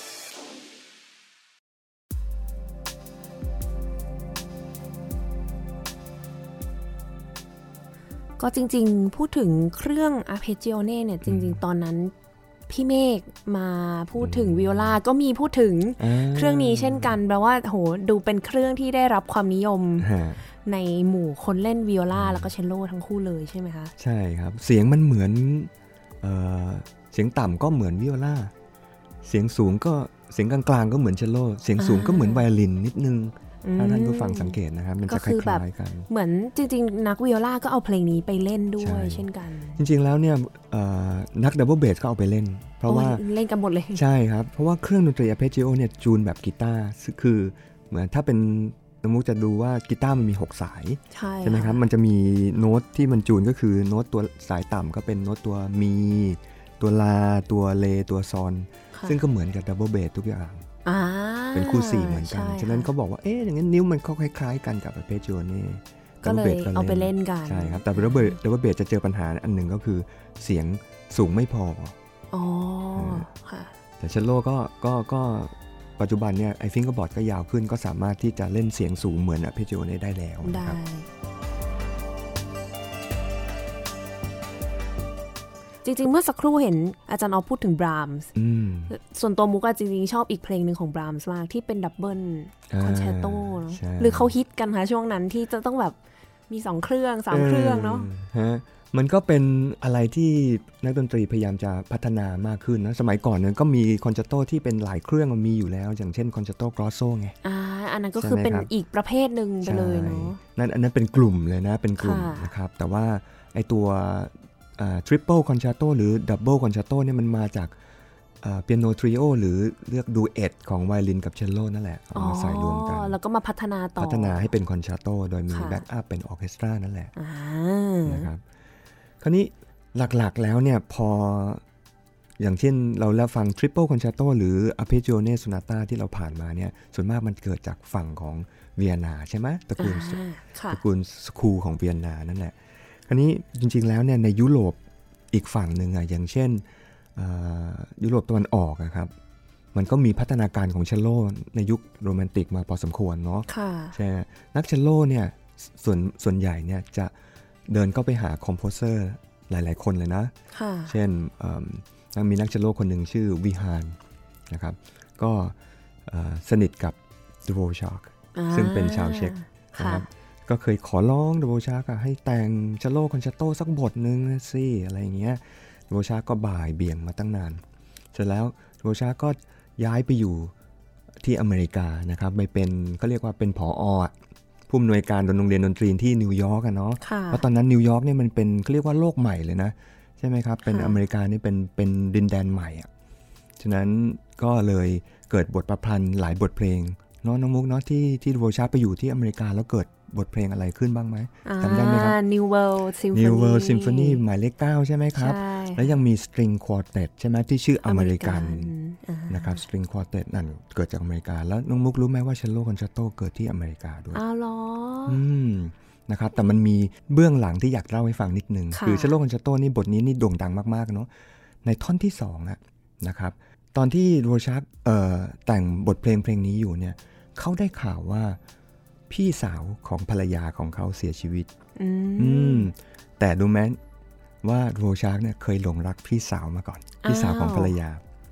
ก็จริงๆพูดถึงเครื่อง Arpeggione เนี่ยจริงๆตอนนั้นพี่เมฆมาพูดถึงวิโอลาก็มีพูดถึงเครื่องนี้เช่นกันแปลว่าโหดูเป็นเครื่องที่ได้รับความนิยมในหมู่คนเล่นวิโอลาแล้วก็เชลโลทั้งคู่เลยใช่ไหมคะใช่ครับเสียงมันเหมือนเอ่อเสียงต่ำก็เหมือนวิโอลาเสียงสูงก็เสียงกลางๆก็เหมือนเชลโลเสียงสูงก็เหมือนไวโอลินนิดนึงถ้าท่านผู้ฟังสังเกตนะครับมันจะคล้ายๆกันเหมือนจริงๆนักวิโอลาก็เอาเพลงนี้ไปเล่นด้วยเช่นกันจริงๆแล้วเนี่ยนักดับเบิลเบสก็เอาไปเล่นเพราะว่าเล่นกันหมดเลยใช่ครับเพราะว่าเครื่องดนตรี Arpeggio เนี่ยจูนแบบกีตาร์คือเหมือนถ้าเป็นน้องมุกจะดูว่ากีตาร์มันมีหกสายใช่ใช่ไหมครับมันจะมีโน้ตที่มันจูนก็คือโน้ตตัวสายต่ำก็เป็นโน้ตตัวมีตัวลาตัวเลตัวซอนซึ่งก็เหมือนกับดับเบิลเบสทุกอย่างเป็นคู่สี่เหมือนกันฉะนั้นเขาบอกว่าเอ๊ะอย่างนั้นนิ้วมันคล้ายๆกันกับ Arpeggio นี่ก็เลยเอาไปเล่นกันใช่ครับแต่ดับเบิลดับเบิลเบสจะเจอปัญหาอันหนึ่งก็คือเสียงสูงไม่พออ๋อค่ะแต่เชลโลก็ก็ก็ปัจจุบันเนี่ยไอฟิงเกอร์บอร์ดก็ยาวขึ้นก็สามารถที่จะเล่นเสียงสูงเหมือน Arpeggio ได้แล้วนะครับจริงๆเมื่อสักครู่เห็นอาจารย์ออฟพูดถึงบรามส์ส่วนตัวมุกจริงๆชอบอีกเพลงหนึ่งของบรามส์มากที่เป็นดับเบิลคอนแชร์โตเนาะหรือเขาฮิตกันคะช่วงนั้นที่จะต้องแบบมีสองเครื่องสามเครื่องเนาะมันก็เป็นอะไรที่นักดนตรีพยายามจะพัฒนามากขึ้นนะสมัยก่อนนั้นก็มีคอนแชร์โตที่เป็นหลายเครื่องมันมีอยู่แล้วอย่างเช่นคอนแชร์โตกรอสโซไงอ่าอันนั้นก็คือเป็นอีกประเภทหนึ่งไปเลยเนาะนั่นอันนั้นเป็นกลุ่มเลยนะเป็นกลุ่มนะครับแต่ว่าไอตัวทริปเปิลคอนแชร์โตหรือดับเบิลคอนแชร์โตเนี่ยมันมาจากเปียโนทริโอหรือเรียกดูเอทของไวโอลินกับเชลโลนั่นแหละเอามาใส่รวมกันแล้วก็มาพัฒนาต่อพัฒนาให้เป็นคอนแชร์โตโดยมีแบ็กอัพเป็นออร์เคสตรานั่นแหละนะครับคราวนี้หลักๆแล้วเนี่ยพออย่างเช่นเราแล้วฟังทริปเปิลคอนแชร์โตหรือ Arpeggione Sonata ที่เราผ่านมาเนี่ยส่วนมากมันเกิดจากฝั่งของเวียนนาใช่ไหมตระกูลตระกูลสคูลของเวียนนานั่นแหละคราวนี้จริงๆแล้วเนี่ยในยุโรปอีกฝั่งหนึ่งอะอย่างเช่นยุโรปตะวันออกอะครับมันก็มีพัฒนาการของเชลโลในยุคโรแมนติกมาพอสมควรเนาะใช่นักเชลโลเนี่ยส่วนส่วนใหญ่เนี่ยจะเดินเข้าไปหาคอมโพเซอร์หลายๆคนเลยนะเช่นมีนักเชลโลคนหนึ่งชื่อวิฮานนะครับก็สนิทกับดูโวชาร์กซึ่งเป็นชาวเช็กนะครับก็เคยขอร้องดูโวชาร์กให้แต่งเชลโลคอนแชร์โตสักบทนึงสิอะไรอย่างเงี้ยดูโวชาร์กก็บ่ายเบี่ยงมาตั้งนานเสร็จแล้วดูโวชาร์กก็ย้ายไปอยู่ที่อเมริกานะครับไปเป็นก็เรียกว่าเป็นผอ.ผู้อำนวยการโรงเรียนดนตรีที่นิวยอร์กอะเนาะเพราะตอนนั้นนิวยอร์กเนี่ยมันเป็นเขาเรียกว่าโลกใหม่เลยนะใช่ไหมครับเป็นอเมริกานี่เป็นเป็นดินแดนใหม่อะฉะนั้นก็เลยเกิดบทประพันธ์หลายบทเพลงเนาะน้องมุกเนาะที่ที่ดูโวชาร์กไปอยู่ที่อเมริกาแล้วเกิดบทเพลงอะไรขึ้นบ้างไหมจำได้ไหมครับ New World Symphony New World Symphony หมายเลขเก้าใช่ไหมครับแล้วยังมี String Quartet ใช่ไหมที่ชื่ออเมริกันนะครับ String Quartet นั่นเกิดจากอเมริกาแล้วน้องมุกรู้ไหมว่าเชลโลคอนแชร์โตเกิดที่อเมริกาด้วยอ้าวเหรออืมนะครับแต่มันมีเบื้องหลังที่อยากเล่าให้ฟังนิดนึงคือเชลโลคอนแชร์โตนี่บทนี้นี่โด่งดังมากๆเนาะในท่อนที่สองอะนะครับตอนที่โรชาร์กเอ่อแต่งบทเพลงเพลงนี้อยู่เนี่ยเขาได้ข่าวว่าพี่สาวของภรรยาของเขาเสียชีวิตอืมแต่ดูไหมว่าโรชาร์กเนี่ยเคยหลงรักพี่สาวมาก่อนพี่สาวของภรรยา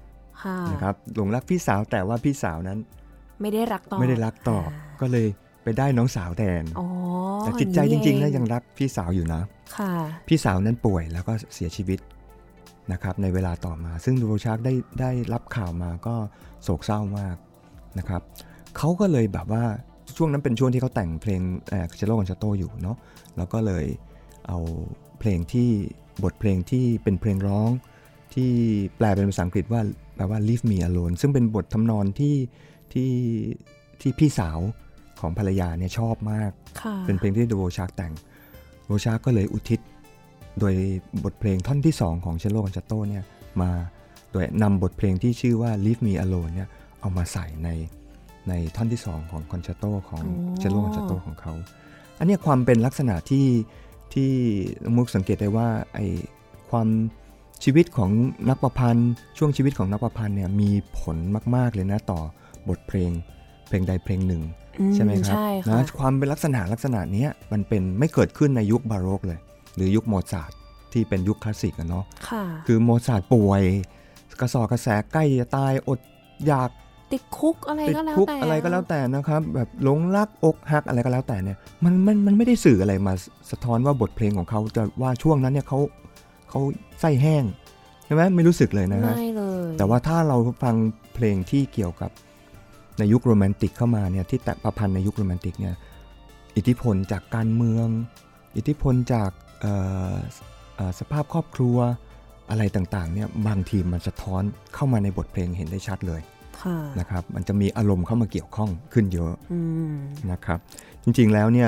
นะครับหลงรักพี่สาวแต่ว่าพี่สาวนั้นไม่ได้รักต่อไม่ได้รักต่อก็เลยไปได้น้องสาวแทนแต่จิตใจจริงๆแล้วยังรักพี่สาวอยู่นะพี่สาวนั้นป่วยแล้วก็เสียชีวิตนะครับในเวลาต่อมาซึ่งดูโรชาร์กได้ได้รับข่าวมาก็โศกเศร้ามากนะครับเขาก็เลยแบบว่าช่วงนั้นเป็นช่วงที่เขาแต่งเพลงเอ่อเชลโลคอนแชร์โตอยู่เนาะแล้วก็เลยเอาเพลงที่บทเพลงที่เป็นเพลงร้องที่แปลเป็นภาษาอังกฤษว่าแปลว่า Leave Me Alone ซึ่งเป็นบททำนองที่ที่ที่พี่สาวของภรรยาเนี่ยชอบมากเป็นเพลงที่ดูโรชาร์กแต่งโรชาร์กก็เลยอุทิศโดยบทเพลงท่อนที่สองของเชลโลคอนแชร์โตเนี่ยมาโดยนำบทเพลงที่ชื่อว่า Leave Me Alone เนี่ยเอามาใส่ในในท่อนที่สองของคอนแชร์โตของเชลโลคอนแชร์โตของเขาอันนี้ความเป็นลักษณะที่ที่มุกสังเกตได้ว่าไอ้ความชีวิตของนักประพันธ์ช่วงชีวิตของนักประพันธ์เนี่ยมีผลมากๆเลยนะต่อบทเพลงเพลงใดเพลงหนึ่งใช่ไหมครับนะความเป็นลักษณะลักษณะนี้มันเป็นไม่เกิดขึ้นในยุคบาโรกเลยหรือยุคโมซาร์ทที่เป็นยุคคลาสสิกอะเนาะคือโมซาร์ทป่วยกระสอบกระแสใกล้จะตายอดอยากติดคุกอะไรก็แล้วแต่อะไรก็แล้วแต่นะครับแบบหลงรักอกหักอะไรก็แล้วแต่เนี่ยมันมันมันไม่ได้สื่ออะไรมาสะท้อนว่าบทเพลงของเขาจะว่าช่วงนั้นเนี่ยเขาเขาไส้แห้งใช่ไหมไม่รู้สึกเลยนะฮะไม่เลยแต่ว่าถ้าเราฟังเพลงที่เกี่ยวกับในยุคโรแมนติกเข้ามาเนี่ยที่แต่ประพันธ์ในยุคโรแมนติกเนี่ยอิทธิพลจากการเมืองอิทธิพลจากสภาพครอบครัวอะไรต่างๆเนี่ยบางทีมันสะท้อนเข้ามาในบทเพลงเห็นได้ชัดเลยนะครับมันจะมีอารมณ์เข้ามาเกี่ยวข้องขึ้นเยอะนะครับจริงๆแล้วเนี่ย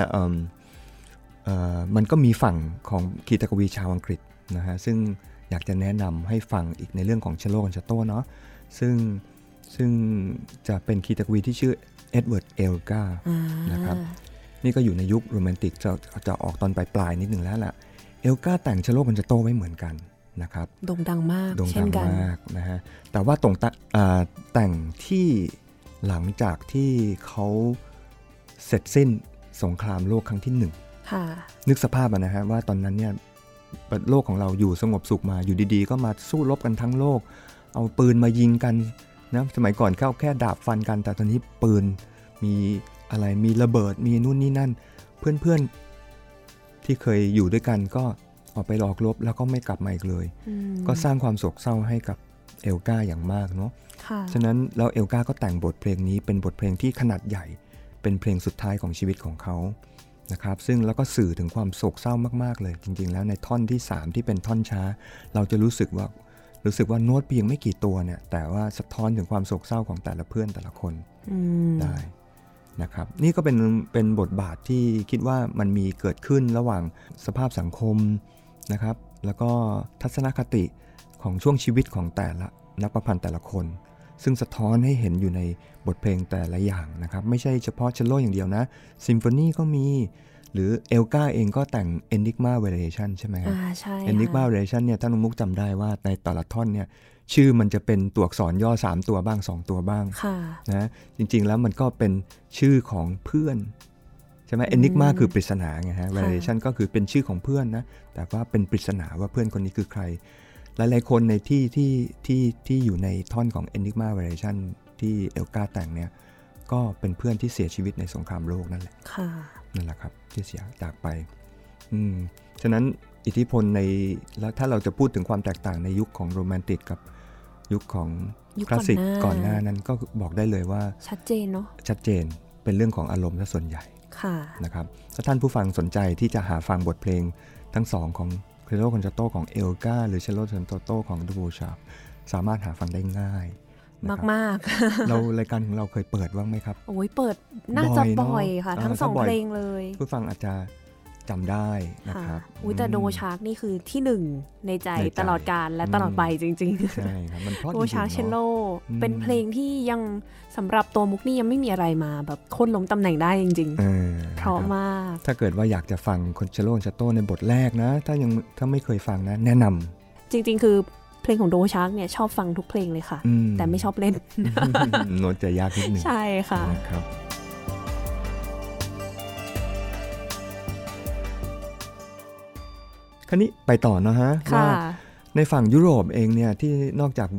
มันก็มีฝั่งของคีตกวีชาวอังกฤษนะฮะซึ่งอยากจะแนะนำให้ฟังอีกในเรื่องของเชลโลคอนแชร์โตเนาะซึ่งซึ่งจะเป็นคีตกวีที่ชื่อเอ็ดเวิร์ดเอลกานะครับนี่ก็อยู่ในยุคโรแมนติกจะจะออกตอนปลายๆนิดหนึ่งแล้วล่ะเอลกาแต่งเชลโลคอนแชร์โตไว้เหมือนกันนะครับโด่งดังมากโด่งดังมากนะฮะแต่ว่าตรงแต่งที่หลังจากที่เขาเสร็จสิ้นสงครามโลกครั้งที่หนึ่งนึกสภาพนะฮะว่าตอนนั้นเนี่ยโลกของเราอยู่สงบสุขมาอยู่ดีๆก็มาสู้รบกันทั้งโลกเอาปืนมายิงกันนะสมัยก่อนเข้าแค่ดาบฟันกันแต่ตอนนี้ปืนมีอะไรมีระเบิดมีนู่นนี่นั่นเพื่อนๆที่เคยอยู่ด้วยกันก็ออกไปหลอกลบแล้วก็ไม่กลับมาอีกเลยก็สร้างความโศกเศร้าให้กับเอลกาอย่างมากเนาะฉะนั้นแล้วเอลกาก็แต่งบทเพลงนี้เป็นบทเพลงที่ขนาดใหญ่เป็นเพลงสุดท้ายของชีวิตของเขานะครับซึ่งแล้วก็สื่อถึงความโศกเศร้ามากๆเลยจริงๆแล้วในท่อนที่สามที่เป็นท่อนช้าเราจะรู้สึกว่ารู้สึกว่าโน้ตเพียงไม่กี่ตัวเนี่ยแต่ว่าสะท้อนถึงความโศกเศร้าของแต่ละเพื่อนแต่ละคนได้นะครับนี่ก็เป็นเป็นบทบาทที่คิดว่ามันมีเกิดขึ้นระหว่างสภาพสังคมนะครับแล้วก็ทัศนคติของช่วงชีวิตของแต่ละนักประพันธ์แต่ละคนซึ่งสะท้อนให้เห็นอยู่ในบทเพลงแต่ละอย่างนะครับไม่ใช่เฉพาะเชลโลอย่างเดียวนะซิมโฟนีก็มีหรือเอลกาเองก็แต่ง Enigma Variation ใช่ไหมครับ Enigma Variation เนี่ยท่านมุกจำได้ว่าในแต่ละท่อนเนี่ยชื่อมันจะเป็นตัวอักษรย่อสามตัวบ้างสองตัวบ้างนะจริงๆแล้วมันก็เป็นชื่อของเพื่อนใช่ไหม Enigma คือปริศนาไงฮะ Variation ก็คือเป็นชื่อของเพื่อนนะแต่ว่าเป็นปริศนาว่าเพื่อนคนนี้คือใครหลายๆคนในที่ที่ที่ที่อยู่ในท่อนของ Enigma Variation ที่เอลกาแต่งเนี่ยก็เป็นเพื่อนที่เสียชีวิตในสงครามโลกนั่นแหละนั่นแหละครับที่เสียจากไปอืมฉะนั้นอิทธิพลในแล้วถ้าเราจะพูดถึงความแตกต่างในยุคของโรแมนติกกับยุคของคลาสสิกก่อนหน้านั้นก็บอกได้เลยว่าชัดเจนเนาะชัดเจนเป็นเรื่องของอารมณ์ซะส่วนใหญ่นะครับถ้าท่านผู้ฟังสนใจที่จะหาฟังบทเพลงทั้งสองของเชลโลคอนแชร์โตของเอลกาหรือเชลโลคอนแชร์โตของดูโบชาร์สามารถหาฟังได้ง่ายมากๆเรารายการของเราเคยเปิดบ้างไหมครับโอ้ยเปิดน่าจะบ่อยค่ะทั้งสองเพลงเลยผู้ฟังอาจจะจำได้นะครับอุ้ยแต่โดชาร์กนี่คือที่หนึ่งในใจตลอดกาลและตลอดไปจริงๆใช่ครับมันเพราะโดชาร์กเชลโลเป็นเพลงที่ยังสำหรับตัวมุกนี่ยังไม่มีอะไรมาแบบโค่นล้มตำแหน่งได้จริงๆเพราะมากถ้าเกิดว่าอยากจะฟังคนเชลโลคอนแชร์โตในบทแรกนะถ้ายังถ้าไม่เคยฟังนะแนะนำจริงๆคือเพลงของโดชาร์กเนี่ยชอบฟังทุกเพลงเลยค่ะแต่ไม่ชอบเล่นโน้ตจะยากนิดนึงใช่ค่ะครับคราวนี้ไปต่อนะฮะว่าในฝั่งยุโรปเองเนี่ยที่นอกจาก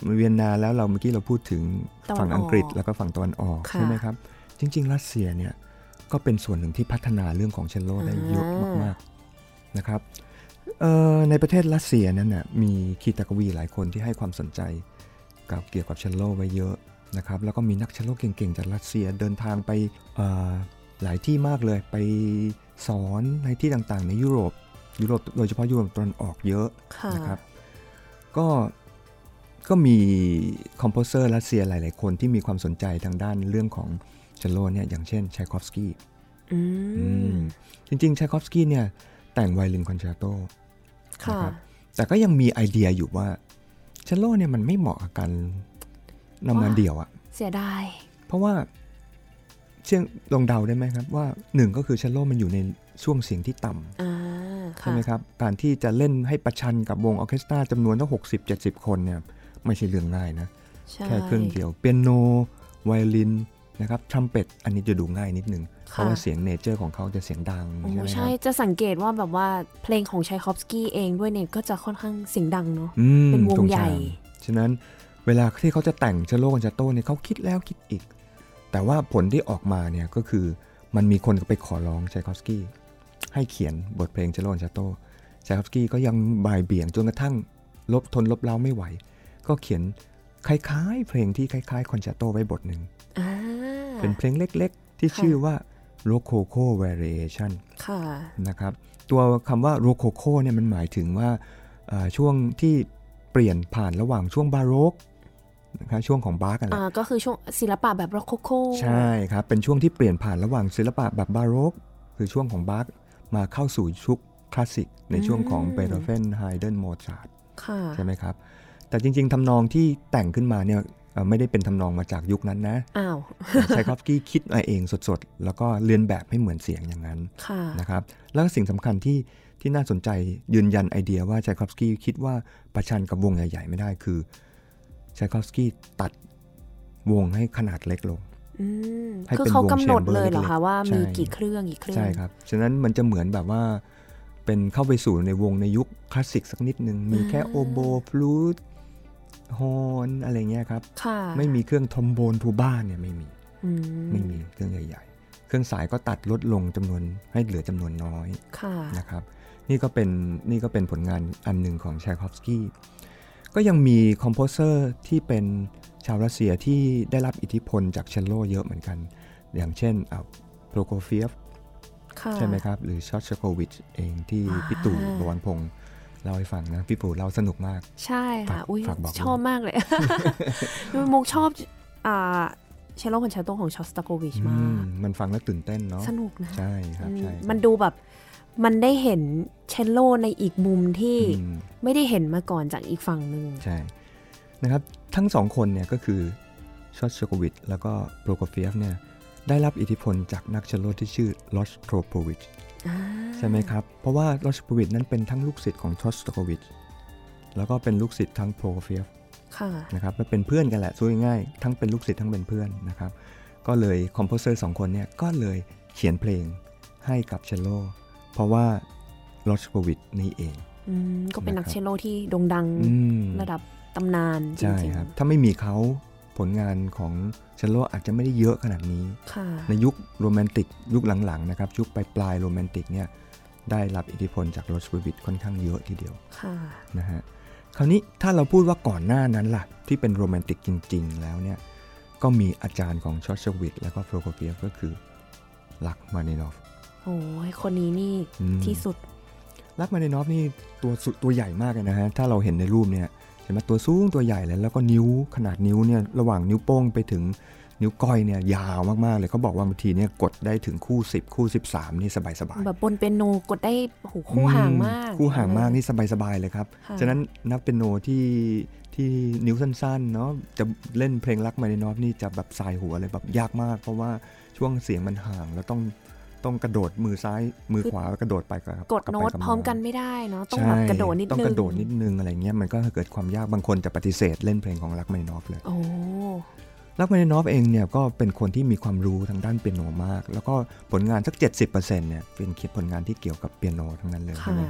เวียนนาแล้วเราเมื่อกี้เราพูดถึงฝั่งอังกฤษแล้วก็ฝั่งตะวันออกใช่ไหมครับจริงๆรัสเซียเนี่ยก็เป็นส่วนหนึ่งที่พัฒนาเรื่องของเชลโลได้เยอะมากๆนะครับในประเทศรัสเซียนั้นนะมีคีตกวีหลายคนที่ให้ความสนใจกับเกี่ยวกับเชลโลไว้เยอะนะครับแล้วก็มีนักเชลโลเก่งๆจากรัสเซียเดินทางไปหลายที่มากเลยไปสอนในที่ต่างๆในยุโรปยุโรปโดยเฉพาะยุโรปตะวันออกเยอะนะครับก็ก็มีคอมโพเซอร์รัสเซียหลายๆคนที่มีความสนใจทางด้านเรื่องของเชลโลเนี่ยอย่างเช่นไชคอฟสกี้จริงๆไชคอฟสกี้เนี่ยแต่งไวโอลินคอนแชร์โตนะครับแต่ก็ยังมีไอเดียอยู่ว่าเชลโลเนี่ยมันไม่เหมาะกับการนำมาเดี่ยวอะเสียดายเพราะว่าเชื่อลองเดาได้ไหมครับว่าหนึ่งก็คือเชลโลมันอยู่ในช่วงเสียงที่ต่ำใช่ไหมครับการที่จะเล่นให้ประชันกับวงออร์เคสตราจำนวนตั้งหกสิบ เจ็ดสิบคนเนี่ยไม่ใช่เรื่องง่ายนะแค่เครื่องเดียวเปียโนไวโอลินนะครับทรัมเป็ตอันนี้จะดูง่ายนิดนึงเพราะว่าเสียงเนเจอร์ของเขาจะเสียงดังใช่ไหมครับใช่จะสังเกตว่าแบบว่าเพลงของไชคอฟสกี้เองด้วยเนี่ยก็จะค่อนข้างเสียงดังเนาะเป็นวงใหญ่ฉะนั้นเวลาที่เขาจะแต่งเชลโลคอนแชร์โตเนี่ยเขาคิดแล้วคิดอีกแต่ว่าผลที่ออกมาเนี่ยก็คือมันมีคนไปขอร้องไชคอฟสกี้ให้เขียนบทเพลงเชลโลคอนแชร์โตไชคอฟสกี้ก็ยังบ่ายเบี่ยงจนกระทั่งลบทนลบเล้าไม่ไหวก็เขียนคล้ายๆเพลงที่คล้ายๆคอนแชร์โตไว้บทหนึ่งเป็นเพลงเล็กๆที่ชื่อว่า Rococo Variation นะครับตัวคำว่า Rococo เนี่ยมันหมายถึงว่าช่วงที่เปลี่ยนผ่านระหว่างช่วงบาโรกนะครับช่วงของบาร์กอะไรก็คือช่วงศิลปะแบบโรโคโคใช่ครับเป็นช่วงที่เปลี่ยนผ่านระหว่างศิลปะแบบบาโรกคือช่วงของบาร์กมาเข้าสู่ยุคคลาสสิกในช่วงของเบโธเฟนไฮเดนโมซาร์ทใช่ไหมครับแต่จริงๆทำนองที่แต่งขึ้นมาเนี่ยไม่ได้เป็นทำนองมาจากยุคนั้นนะอ้าวไชคอฟสกี้คิดมาเองสดๆแล้วก็เรียนแบบให้เหมือนเสียงอย่างนั้นนะครับแล้วสิ่งสำคัญที่ที่น่าสนใจยืนยันไอเดียว่าไชคอฟสกี้คิดว่าประชันกับวงใหญ่ๆไม่ได้คือไชคอฟสกี้ตัดวงให้ขนาดเล็กลงให้เป็นวงแชมเบอร์คือเขากำหนดเลยเหรอคะว่ามีกี่เครื่องกี่เครื่องใช่ครับฉะนั้นมันจะเหมือนแบบว่าเป็นเข้าไปสู่ในวงในยุคคลาสสิกสักนิดนึงมีแค่โอโบฟลูตฮอร์นอะไรเงี้ยครับไม่มีเครื่องทรอมโบนทูบ้าเนี่ยไม่มีไม่มีเครื่องใหญ่ๆเครื่องสายก็ตัดลดลงจำนวนให้เหลือจำนวนน้อยนะครับนี่ก็เป็นนี่ก็เป็นผลงานอันหนึ่งของไชคอฟสกี้ก็ยังมีคอมโพเซอร์ที่เป็นชาวรัสเซียที่ได้รับอิทธิพลจากเชลโลเยอะเหมือนกันอย่างเช่นโปรโคเฟียฟใช่ไหมครับหรือชอตชโควิชเองที่พี่ตู่บวรพงษ์เล่าให้ฟังนะพี่ปู่เล่าสนุกมากใช่ค่ะอุ้ยชอบมากเลยมุกชอบเชลโลคอนแชร์โตของชอสตาโควิชมากมันฟังแล้วตื่นเต้นเนาะสนุกนะใช่ครับใช่มันดูแบบมันได้เห็นเชลโลในอีกมุมที่ไม่ได้เห็นมาก่อนจากอีกฝั่งนึงใช่นะครับทั้งสองคนเนี่ยก็คือชอสตาโควิชแล้วก็โปรโคเฟียฟเนี่ยได้รับอิทธิพลจากนักเชลโลที่ชื่อลอสโทรโพวิชใช่ไหมครับเพราะว่าลอสโทรโพวิชนั้นเป็นทั้งลูกศิษย์ของชอสตาโควิชแล้วก็เป็นลูกศิษย์ทั้งโปรโคเฟียฟนะครับและเป็นเพื่อนกันแหละสู้ง่ายๆทั้งเป็นลูกศิษย์ทั้งเป็นเพื่อนนะครับก็เลยคอมโพเซอร์สองคนเนี่ยก็เลยเขียนเพลงให้กับเชลโลเพราะว่าลอสโทรโพวิชนี่เองก็เป็นนักเชลโลที่โด่งดังระดับตำนานจริงๆใช่ครับถ้าไม่มีเขาผลงานของเชลโลอาจจะไม่ได้เยอะขนาดนี้ในยุคโรแมนติกยุคหลังๆนะครับยุคปลายๆโรแมนติกเนี่ยได้รับอิทธิพลจากลอสโทรโพวิชค่อนข้างเยอะทีเดียวนะฮะคราวนี้ถ้าเราพูดว่าก่อนหน้านั้นล่ะที่เป็นโรแมนติกจริงๆแล้วเนี่ยก็มีอาจารย์ของชอสตาโควิชแล้วก็โปรโคเฟียฟก็คือลักมานินอฟโอ้ยคนนี้นี่ที่สุดลักมานินอฟนี่ตัวตัวใหญ่มากเลยนะฮะถ้าเราเห็นในรูปเนี่ยใช่ไหมตัวสูงตัวใหญ่เลยแล้วก็นิ้วขนาดนิ้วเนี่ยระหว่างนิ้วโป้งไปถึงนิ้วก้อยเนี่ยยาวมากๆเลยเขาบอกว่าบางทีเนี่ยกดได้ถึงคู่สิบคู่สิบสามนี่สบายๆแบบบนเปียโนกดได้โหคู่ห่างมากคู่ห่างมากนี่สบายๆเลยครับฉะนั้นนักเปียโนที่ที่นิ้วสั้นๆเนาะจะเล่นเพลงลักมานินอฟนี่จะแบบสายหัวเลยแบบยากมากเพราะว่าช่วงเสียงมันห่างแล้วต้องต้องกระโดดมือซ้ายมือขวากระโดดไปกับกดโน้ตพร้อมกันไม่ได้เนาะต้องแบบกระโดดนิดนึงต้องกระโดดนิดนึงอะไรเงี้ยมันก็เกิดความยากบางคนจะปฏิเสธเล่นเพลงของลักมานินอฟเลยโอ้ลักมานินอฟเองเนี่ยก็เป็นคนที่มีความรู้ทางด้านเปียโนมากแล้วก็ผลงานสัก เจ็ดสิบเปอร์เซ็นต์ เนี่ยเป็นผลงานที่เกี่ยวกับเปียโนทั้งนั้นเลยใช่ไหมครับ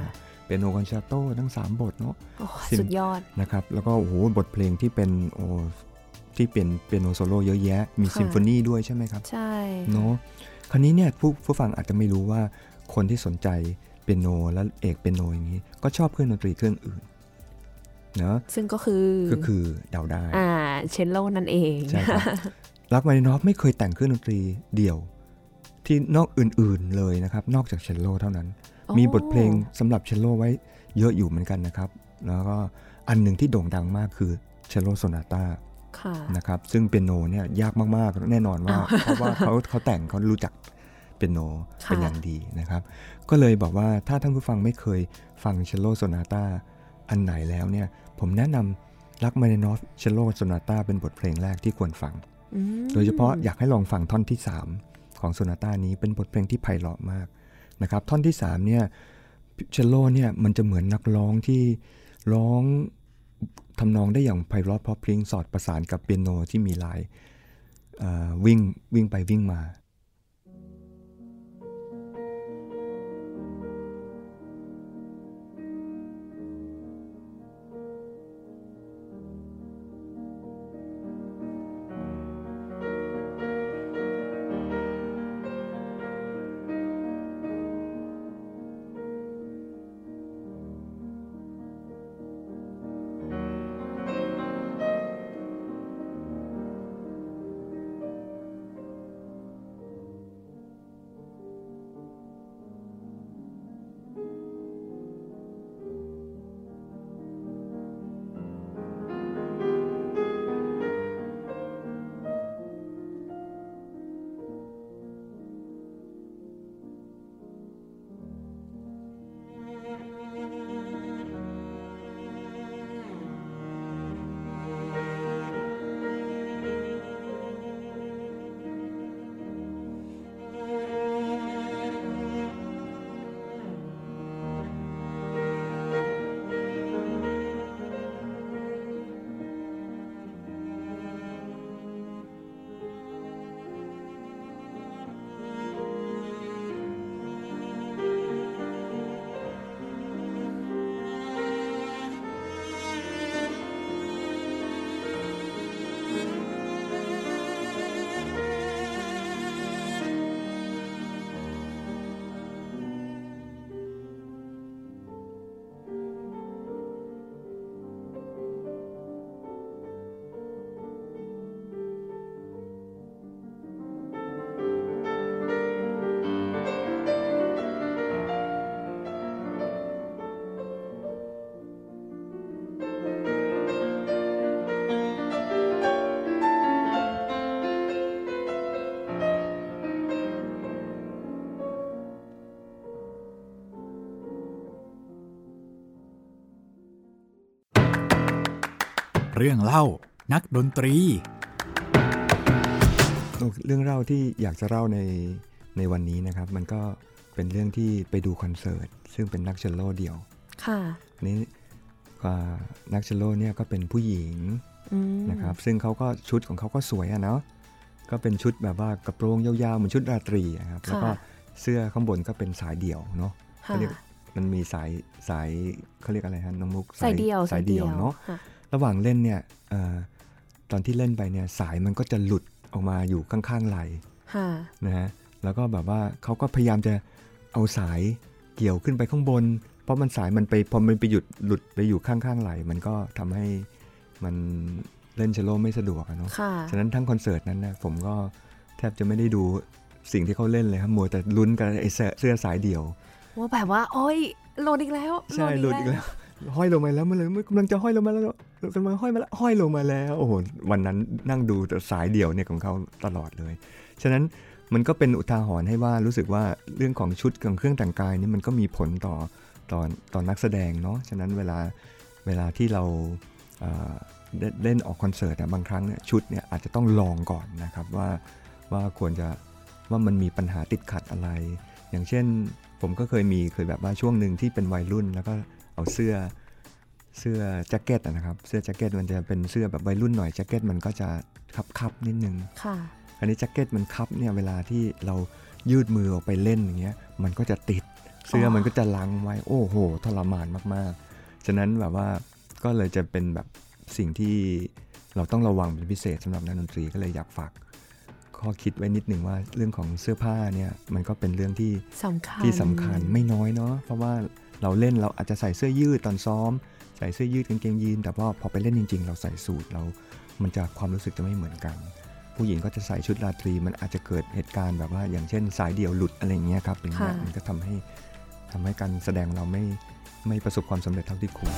เปียโนคอนแชร์โตทั้งสามบทเนาะสุดยอดนะครับแล้วก็โอ้โหบทเพลงที่เป็นโอ้ที่เป็นเปียโนโซโล่เยอะแยะมีซิมโฟนีด้วยใช่ไหมครับใช่เนาะคราวนี้เนี่ยผู้ผู้ฟังอาจจะไม่รู้ว่าคนที่สนใจเปียโนและเอกเปียโนอย่างนี้ก็ชอบเครื่องดนตรีเครื่องอื่นเนาะซึ่งก็คือก็คือเดาได้อ่าเชลโลนั่นเองใช่ครับรักมารินอฟไม่เคยแต่งเครื่องดนตรีเดี่ยวที่นอกอื่นๆเลยนะครับนอกจากเชลโลเท่านั้นมีบทเพลงสำหรับเชลโลไว้เยอะอยู่เหมือนกันนะครับแล้วก็อันหนึ่งที่โด่งดังมากคือเชลโลโซนาต้านะครับซึ่งเปียโนเนี่ยยากมากๆแน่นอนว่าเพราะว่าเขาเขาแต่งเขารู้จักเปียโนเป็นอย่างดีนะครับก็เลยบอกว่าถ้าท่านผู้ฟังไม่เคยฟังเชลโลโซนาต้าอันไหนแล้วเนี่ยผมแนะนำรักมารินอฟเชลโลโซนาต้าเป็นบทเพลงแรกที่ควรฟังโดยเฉพาะอยากให้ลองฟังท่อนที่สามของโซนาต้านี้เป็นบทเพลงที่ไพเราะมากนะครับท่อนที่สามเนี่ยเชลโลเนี่ยมันจะเหมือนนักร้องที่ร้องทำนองได้อย่างไพเราะเพราะพริ้งสอดประสานกับเปียโนที่มีลายวิ่งวิ่งไปวิ่งมาเรื่องเล่านักดนตรีเรื่องเล่าที่อยากจะเล่าในในวันนี้นะครับมันก็เป็นเรื่องที่ไปดูคอนเสิร์ตซึ่งเป็นนักเชลโลเดี่ยวค่ะนี่นักเชลโลเนี่ยก็เป็นผู้หญิงนะครับซึ่งเขาก็ชุดของเขาก็สวยอะเนาะก็เป็นชุดแบบว่ากระโปรงยาวๆเหมือนชุดราตรีครับแล้วก็เสื้อข้างบนก็เป็นสายเดี่ยวเนาะเขาเรียกมันมีสายสายเขาเรียกอะไรฮะน้องมุกสายเดี่ยวสายเดี่ยวเนาะระหว่างเล่นเนี่ยอตอนที่เล่นไปเนี่ยสายมันก็จะหลุดออกมาอยู่ข้างๆไหล่นะฮะแล้วก็แบบว่าเขาก็พยายามจะเอาสายเกี่ยวขึ้นไปข้างบนเพราะมันสายมันไปพอมันไปหยุดหลุดไปอยู่ข้างๆไหล่มันก็ทำให้มันเล่นเชลโลไม่สะดวกเนาะฉะนั้นทั้งคอนเสิร์ตนั้นนะผมก็แทบจะไม่ได้ดูสิ่งที่เขาเล่นเลยครับมัวแต่ลุ้นกับไอ้เสื้อสายเดี่ยวว่าแบบว่าโอ๊ยโหลดอีกแล้วใช่โหลดอีกแล้วห้อยลงมาแล้วมันเลยกำลังจะห้อยลงมาแล้วกำลังห้อยมาแล้วห้อยลงมาแล้วโอ้โหวันนั้นนั่งดูแต่สายเดี่ยวเนี่ยของเขาตลอดเลยฉะนั้นมันก็เป็นอุทาหรณ์ให้ว่ารู้สึกว่าเรื่องของชุดของเครื่องแต่งกายนี่มันก็มีผลต่อตอนตอนนักแสดงเนาะฉะนั้นเวลาเวลาที่เราเล่นออกคอนเสิร์ตบางครั้งเนี่ยชุดเนี่ยอาจจะต้องลองก่อนนะครับว่าว่าควรจะว่ามันมีปัญหาติดขัดอะไรอย่างเช่นผมก็เคยมีเคยแบบว่าช่วงหนึ่งที่เป็นวัยรุ่นแล้วก็เอาเสื้อเสื้อแจ็คเก็ตนะครับเสื้อแจ็คเก็ตมันจะเป็นเสื้อแบบวัยรุ่นหน่อยแจ็คเก็ตมันก็จะคับๆนิดนึงค่ะอันนี้แจ็คเก็ตมันคับเนี่ยเวลาที่เรายืดมือออกไปเล่นอย่างเงี้ยมันก็จะติดเสื้อมันก็จะลังไว้โอ้โหทรมานมากๆฉะนั้นแบบว่าก็เลยจะเป็นแบบสิ่งที่เราต้องระวังเป็นพิเศษสำหรับนักดนตรีก็เลยอยากฝากข้อคิดไว้นิดหนึ่งว่าเรื่องของเสื้อผ้าเนี่ยมันก็เป็นเรื่องที่สำคัญที่สำคัญไม่น้อยเนาะเพราะว่าเราเล่นเราอาจจะใส่เสื้อยืดตอนซ้อมใส่เสื้อยืดกางเกงยีนแต่ว่าพอไปเล่นจริงๆเราใส่สูทเรามันจะความรู้สึกจะไม่เหมือนกันผู้หญิงก็จะใส่ชุดราตรีมันอาจจะเกิดเหตุการณ์แบบว่าอย่างเช่นสายเดี่ยวหลุดอะไรเงี้ยครับอย่างเงี้ยมันก็ทำให้ทำให้การแสดงเราไม่ไม่ประสบความสำเร็จเท่าที่ควร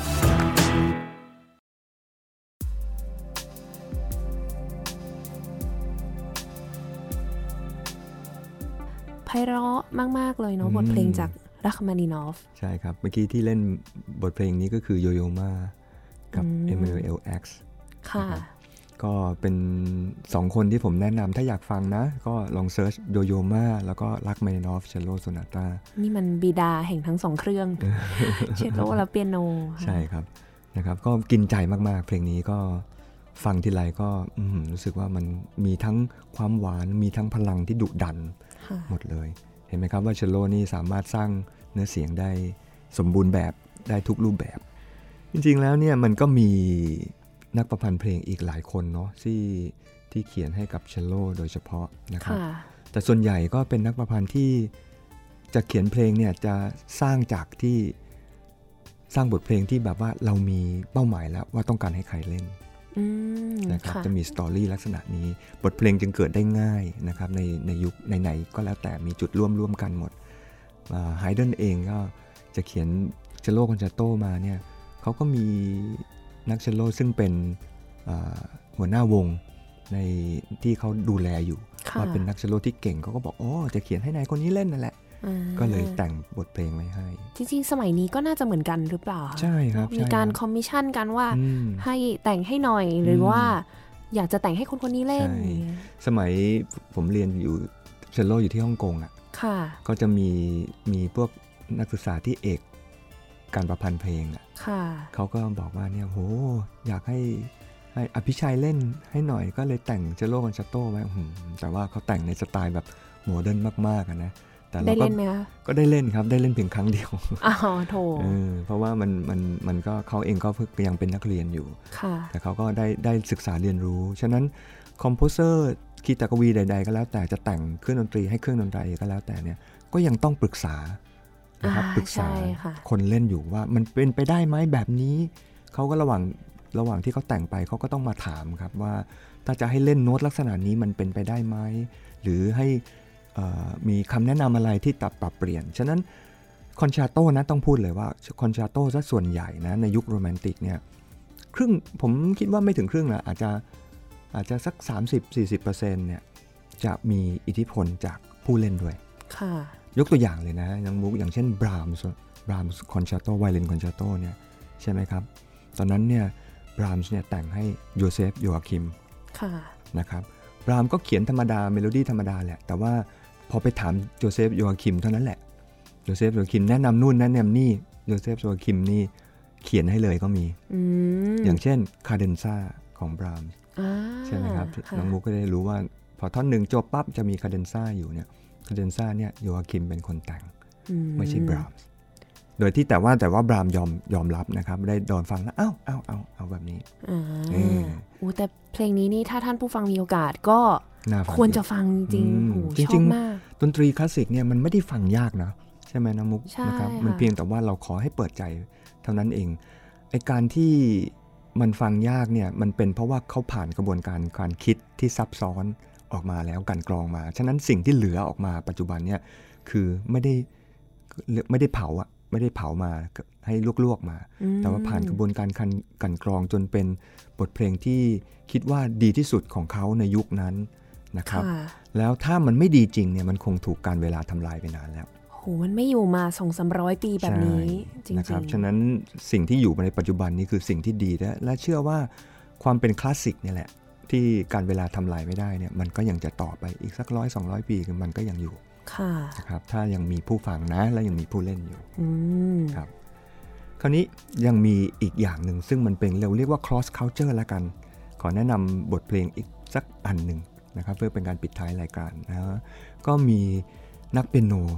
ไพเราะมากๆเลยเนาะบทเพลงจากราคมานินอฟใช่ครับเมื่อกี้ที่เล่นบทเพลงนี้ก็คือโยโยมากับ เอ เอ็ม แอล เอล เอ็กซ์ค่ะก็เป็นสองคนที่ผมแนะนำถ้าอยากฟังนะก็ลองเซิร์ชโยโยมาแล้วก็รักมานินอฟเชลโลโซนาต้านี่มันบิดาแห่งทั้งสองเครื่อง เชลโลและเปียโนใช่ครับนะครับก็กินใจมากๆเพลงนี้ก็ฟังทีไรก็รู้สึกว่ามันมีทั้งความหวานมีทั้งพลังที่ดุดันหมดเลยเห็นไหมครับว่าเชลโลนี่สามารถสร้างเนื้อเสียงได้สมบูรณ์แบบได้ทุกรูปแบบจริงๆแล้วเนี่ยมันก็มีนักประพันธ์เพลงอีกหลายคนเนาะที่ที่เขียนให้กับเชลโลโดยเฉพาะนะครับแต่ส่วนใหญ่ก็เป็นนักประพันธ์ที่จะเขียนเพลงเนี่ยจะสร้างจากที่สร้างบทเพลงที่แบบว่าเรามีเป้าหมายแล้วว่าต้องการให้ใครเล่นนะครับจะมีสตอรี่ลักษณะนี้บทเพลงจึงเกิดได้ง่ายนะครับในในยุคไหนๆก็แล้วแต่มีจุดร่วมร่วมกันหมดไฮเดนเองก็จะเขียนเชลโลคอนแชร์โตมาเนี่ยเขาก็มีนักเชลโลซึ่งเป็นหัวหน้าวงในที่เขาดูแลอยู่ว่าเป็นนักเชลโลที่เก่งเขาก็บอกอ๋อจะเขียนให้นายคนนี้เล่นนั่นแหละก็เลยแต่งบทเพลงไว้ให้จริงๆสมัยนี้ก็น่าจะเหมือนกันหรือเปล่าใช่ครับมีการคอมมิชชั่นกันว่าให้แต่งให้หน่อยหรือว่าอยากจะแต่งให้คนคนนี้เล่นสมัยผมเรียนอยู่เชลโลอยู่ที่ฮ่องกงอ่ะก็จะมีมีพวกนักศึกษาที่เอกการประพันธ์เพลงอ่ะเขาก็บอกว่าเนี่ยโหอยากให้ให้อภิชัยเล่นให้หน่อยก็เลยแต่งเชลโลคอนแชร์โตไว้แต่ว่าเขาแต่งในสไตล์แบบโมเดิร์นมากๆนะแต่เราก็ก็ได้เล่นครับได้เล่นเพียงครั้งเดียวอ๋อโถเออเพราะว่ามันมันมันก็เขาเองก็เพิ่งยังเป็นนักเรียนอยู่แต่เขาก็ได้ได้ศึกษาเรียนรู้ฉะนั้นคอมโพเซอร์คีตกวีใดๆก็แล้วแต่จะแต่งเครื่องดนตรีให้เครื่องดนตรีก็แล้วแต่เนี่ยก็ยังต้องปรึกษานะครับปรึกษาคนเล่นอยู่ว่ามันเป็นไปได้ไหมแบบนี้เขาก็ระหว่างระหว่างที่เขาแต่งไปเขาก็ต้องมาถามครับว่าถ้าจะให้เล่นโน้ตลักษณะนี้มันเป็นไปได้ไหมหรือให้มีคำแนะนำอะไรที่ตัดปรับเปลี่ยนฉะนั้นคอนแชร์โตนะต้องพูดเลยว่าคอนแชร์โตซะส่วนใหญ่นะในยุคโรแมนติกเนี่ยครึ่งผมคิดว่าไม่ถึงครึ่งนะอาจจะอาจจะสัก สามสิบถึงสี่สิบเปอร์เซ็นต์ เนี่ยจะมีอิทธิพลจากผู้เล่นด้วยยกตัวอย่างเลยนะอย่างมุกอย่างเช่นบรามส์บรามส์คอนแชร์โตไวโอลินคอนแชร์โตเนี่ยใช่ไหมครับตอนนั้นเนี่ยบรามส์เนี่ยแต่งให้โยเซฟโยอาคิมนะครับบรามส์ก็เขียนธรรมดาเมโลดี้ธรรมดาแหละแต่ว่าพอไปถามโยเซฟโยอาคิมเท่านั้นแหละโยเซฟโยอาคิมแนะนำนู่นแนะนำนี่โยเซฟโยอาคิมนี่เขียนให้เลยก็มี อ, อย่างเช่นคาเดนซ่าของบรามส์ใช่ไหมครับน้องมุกก็ได้รู้ว่าพอท่อนหนึ่งจบปั๊บจะมีคาเดนซ่าอยู่เนี่ยคาเดนซ่าเนี่ยโยอาคิมเป็นคนแต่งไม่ใช่บรามส์โดยที่แต่ว่าแต่ว่าบรามยอมยอมรับนะครับได้โดนฟังแล้วอ้าวอ้าวอ้าวเอาแบบนี้อ่าอู้แต่เพลงนี้นี่ถ้าท่านผู้ฟังมีโอกาสก็ควรจะฟังจริงๆชอบมากดนตรีคลาสสิกเนี่ยมันไม่ได้ฟังยากนะใช่ไหมน้องมุกนะครับมันเพียงแต่ว่าเราขอให้เปิดใจเท่านั้นเองไอ้การที่มันฟังยากเนี่ยมันเป็นเพราะว่าเขาผ่านกระบวนการการคิดที่ซับซ้อนออกมาแล้วกันกรองมาฉะนั้นสิ่งที่เหลือออกมาปัจจุบันเนี่ยคือไม่ได้ไม่ได้เผาอะไม่ได้เผามาให้ลวกๆมาแต่ว่าผ่านกระบวนการกันกรองจนเป็นบทเพลงที่คิดว่าดีที่สุดของเขาในยุคนั้นนะครับแล้วถ้ามันไม่ดีจริงเนี่ยมันคงถูกการเวลาทำลายไปนานแล้วโหมันไม่อยู่มา สองถึงสามร้อย ปีแบบนี้จริงๆนะครับฉะนั้นสิ่งที่อยู่ในปัจจุบันนี้คือสิ่งที่ดีและและเชื่อว่าความเป็นคลาสสิกเนี่ยแหละที่การเวลาทำลายไม่ได้เนี่ยมันก็ยังจะต่อไปอีกสักร้อยสองร้อยปีมันก็ยังอยู่นะครับถ้ายังมีผู้ฟังนะและยังมีผู้เล่นอยู่ครับคราวนี้ยังมีอีกอย่างหนึ่งซึ่งมันเป็นเราเรียกว่า cross culture ละกันขอแนะนำบทเพลงอีกสักอันหนึ่งนะครับเพื่อเป็นการปิดท้ายรายการนะก็มีนักเปียโน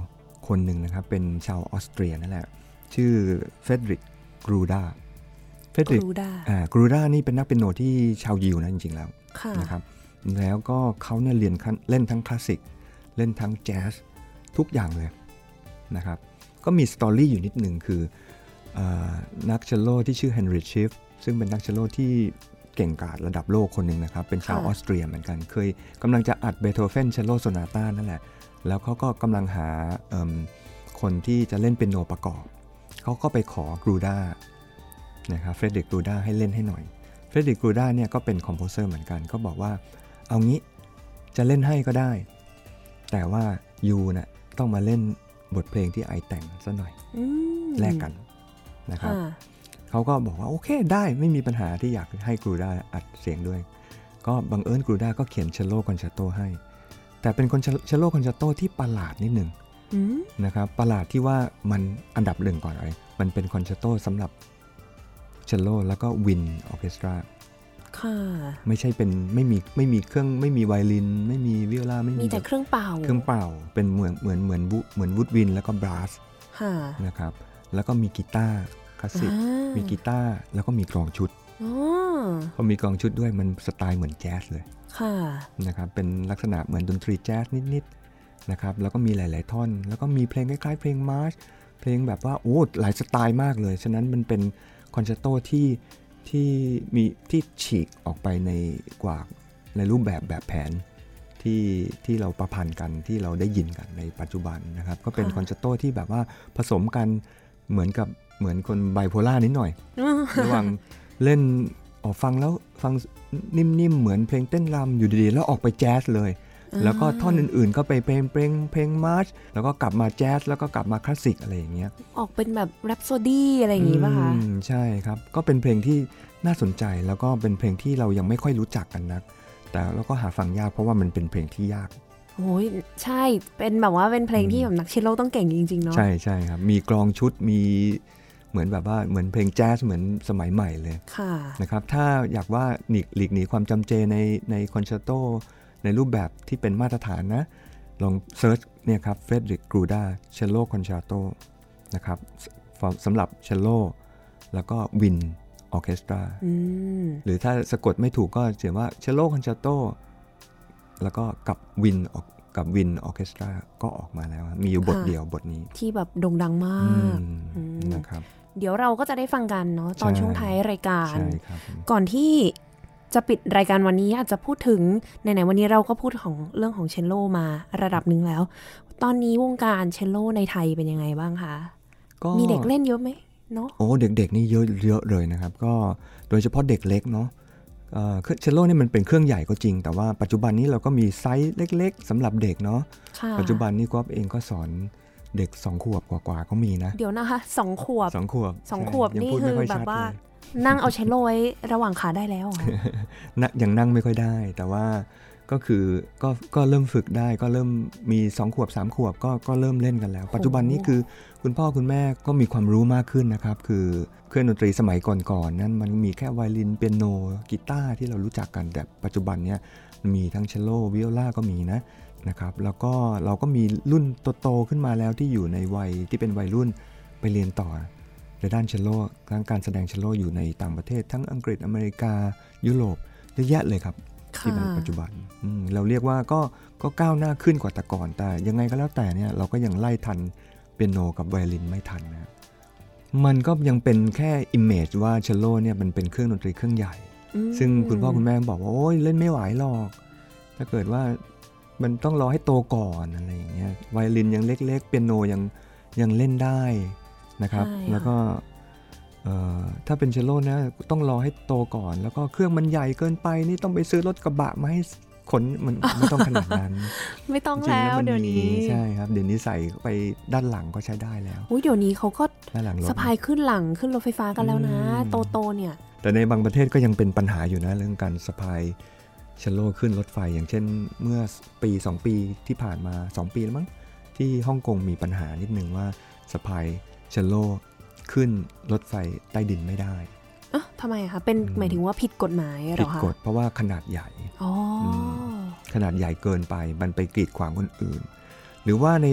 คนหนึ่งนะครับเป็นชาวออสเตรียนั่นแหละชื่อเฟเดริกกรูดาเฟเดริกอ่ากรูดานี่เป็นนักเปียโนที่ชาวยิวนะจริงๆแล้วนะครับแล้วก็เขาเนี่ยเรียนเล่นทั้งคลาสสิกเล่นทั้งแจ๊สทุกอย่างเลยนะครับก็มีสตอรี่อยู่นิดหนึ่งคือนักเชลโลที่ชื่อเฮนริชชิฟซึ่งเป็นนักเชลโลที่เก่งกาจระดับโลกคนหนึ่งนะครับเป็นชาวออสเตรียเหมือนกันเคยกำลังจะอัดเบโธเฟนเชลโลโซนาต้านั่นแหละแล้วเขาก็กำลังหาคนที่จะเล่นเปียโนประกอบเขาก็ไปขอกรูดานะครับเฟรดริกกรูดาให้เล่นให้หน่อยเฟรดริกกรูดาเนี่ยก็เป็นคอมโพเซอร์เหมือนกันก็บอกว่าเอางี้จะเล่นให้ก็ได้แต่ว่ายูนะ่ะต้องมาเล่นบทเพลงที่ไอแต่งซะหน่อยแลกกันนะครับเขาก็บอกว่าโอเคได้ไม่มีปัญหาที่อยากให้กรูดาอัดเสียงด้วยก็บังเอิญกรูดาก็เขียนเชลโลคอนแชร์โตให้แต่เป็นคนเชลโลคอนแชร์โตที่ประหลาดนิดนึงนะครับประหลาดที่ว่ามันอันดับหนึ่งก่อนเลยมันเป็นคอนแชร์โตสำหรับเชลโลแล้วก็วินออร์เคสตราไม่ใช่เป็นไม่มีไม่มีเครื่องไม่มีไวโอลินไม่มีวิโอลาไม่มีมีแต่เครื่องเป่าเครื่องเป่าเป็นเหมือนเหมือนเหมือนเหมือนวูดวินแล้วก็บราสนะครับแล้วก็มีกีตาร์คลาสสิกมีกีตาร์แล้วก็มีกลองชุดพอมีกลองชุดด้วยมันสไตล์เหมือนแจ๊สเลยนะครับเป็นลักษณะเหมือนดนตรีแจ๊สนิดๆนะครับแล้วก็มีหลายๆท่อนแล้วก็มีเพลงคล้ายๆเพลงมาร์ชเพลงแบบว่าโอ้หลายสไตล์มากเลยฉะนั้นมันเป็นคอนแชร์โตที่ที่มีที่ฉีกออกไปในกว่าในรูปแบบแบบแผนที่ที่เราประพันธ์กันที่เราได้ยินกันในปัจจุบันนะครับก็เป็นคอนแชร์โตที่แบบว่าผสมกันเหมือนกับเหมือนคนไบโพล่านิดหน่อยระหว่างเล่นออกฟังแล้วฟังนิ่มๆเหมือนเพลงเต้นรำอยู่ดีๆแล้วออกไปแจ๊สเลยแล้วก็ท่อนอื่นๆก็ไปเพลงเพลงเพลงมาร์ชแล้วก็กลับมาแจ๊สแล้วก็กลับมาคลาสสิกอะไรอย่างเงี้ยออกเป็นแบบแรปโซดี้อะไรอย่างงี้ป่ะคะใช่ครับก็เป็นเพลงที่น่าสนใจแล้วก็เป็นเพลงที่เรายังไม่ค่อยรู้จักกันนักแต่เราก็หาฟังยากเพราะว่ามันเป็นเพลงที่ยากโอ้ยใช่เป็นแบบว่าเป็นเพลงที่แบบนักเชลโลต้องเก่งจริงๆเนาะใช่ใช่ครับมีกลองชุดมีเหมือนแบบว่าเหมือนเพลงแจ๊สเหมือนสมัยใหม่เลยนะครับถ้าอยากว่าหลีกหลีกหนีความจำเจในในคอนแชร์โตในรูปแบบที่เป็นมาตรฐานนะลองเซิร์ชเนี่ยครับเฟรดริกกรูดาเชลโลคอนแชร์โตนะครับสำหรับเชลโลแล้วก็วินออร์เคสตราหรือถ้าสะกดไม่ถูกก็เขียนว่าเชลโลคอนแชร์โตแล้วก็กับวินกับวินออร์เคสตราก็ออกมาแล้วมีอยู่บทเดียวบทนี้ที่แบบโด่งดังมากนะครับเดี๋ยวเราก็จะได้ฟังกันเนาะตอนช่วงท้ายรายการก่อนที่จะปิดรายการวันนี้อาจจะพูดถึงไหนๆวันนี้เราก็พูดของเรื่องของเชลโลมาระดับหนึ่งแล้วตอนนี้วงการเชลโลในไทยเป็นยังไงบ้างคะมีเด็กเล่นเยอะไหมเนาะโอ้เด็กๆนี่เยอะเยอะเลยนะครับก็โดยเฉพาะเด็กเล็กเนาะเชลโลนี่มันเป็นเครื่องใหญ่ก็จริงแต่ว่าปัจจุบันนี้เราก็มีไซส์เล็กๆสำหรับเด็กเนาะปัจจุบันนี้ก๊อฟเองก็สอนเด็กสองขวบกว่าๆก็มีนะเดี๋ยวนะคะสองขวบสองขวบสองขวบนี่คือแบบว่านั่งเอาเชลโลไว้ระหว่างขาได้แล้วนะยังนั่งไม่ค่อยได้แต่ว่าก็คือก็ก็เริ่มฝึกได้ก็เริ่มมีสองขวบสามขวบก็ก็เริ่มเล่นกันแล้วปัจจุบันนี้คือคุณพ่อคุณแม่ก็มีความรู้มากขึ้นนะครับคือเครื่องดนตรีสมัยก่อนๆนั้นมันมีแค่ไวโอลินเปียโนกีตาร์ที่เรารู้จักกันแต่ปัจจุบันเนี้ยมีทั้งเชลโลวิโอลาก็มีนะนะครับแล้วก็เราก็มีรุ่นโตๆขึ้นมาแล้วที่อยู่ในวัยที่เป็นวัยรุ่นไปเรียนต่อในด้านเชลโลทั้งการแสดงเชลโลอยู่ในต่างประเทศทั้งอังกฤษอเมริกายุโรปเยอะแยะเลยครับที่เป็นปัจจุบันเราเรียกว่าก็ก็ก้าวหน้าขึ้นกว่าแต่ก่อนแต่ยังไงก็แล้วแต่เนี่ยเราก็ยังไล่ทันเปียโนกับไวโอลินไม่ทันนะมันก็ยังเป็นแค่อิมเมจว่าเชลโลเนี่ยมันเป็นเครื่องดนตรีเครื่องใหญ่ซึ่งคุณพ่อคุณแม่บอกว่าโอ้ยเล่นไม่ไหวหรอกถ้าเกิดว่ามันต้องรอให้โตก่อนอะไรอย่างเงี้ยไวโอลินยังเล็กๆเปียโนยังยังเล่นได้นะครับแล้วก็ถ้าเป็นเชลโลนะต้องรอให้โตก่อนแล้วก็เครื่องมันใหญ่เกินไปนี่ต้องไปซื้อรถกระบะมาให้ขนมันไม่ต้องขนาดนั้นไม่ต้องแล้วเดี๋ยวนี้ใช่ครับเดี๋ยวนี้ใส่ไปด้านหลังก็ใช้ได้แล้วอุ้ยเดี๋ยวนี้เขาก็สะพายขึ้นหลังขึ้นรถไฟฟ้ากันแล้วนะโตโตเนี่ยแต่ในบางประเทศก็ยังเป็นปัญหาอยู่นะเรื่องการสะพายเชลโลขึ้นรถไฟอย่างเช่นเมื่อปีสองปีที่ผ่านมาสองปีแล้วมั้งที่ฮ่องกงมีปัญหานิดนึงว่าสะพายเชลโลขึ้นรถไฟใต้ดินไม่ได้อ่ะทำไมคะเป็นหมายถึงว่าผิดกฎหมายเหรอคะผิดกฎเพราะว่าขนาดใหญ่อ๋อขนาดใหญ่เกินไปมันไปกีดขวางคนอื่นหรือว่าใน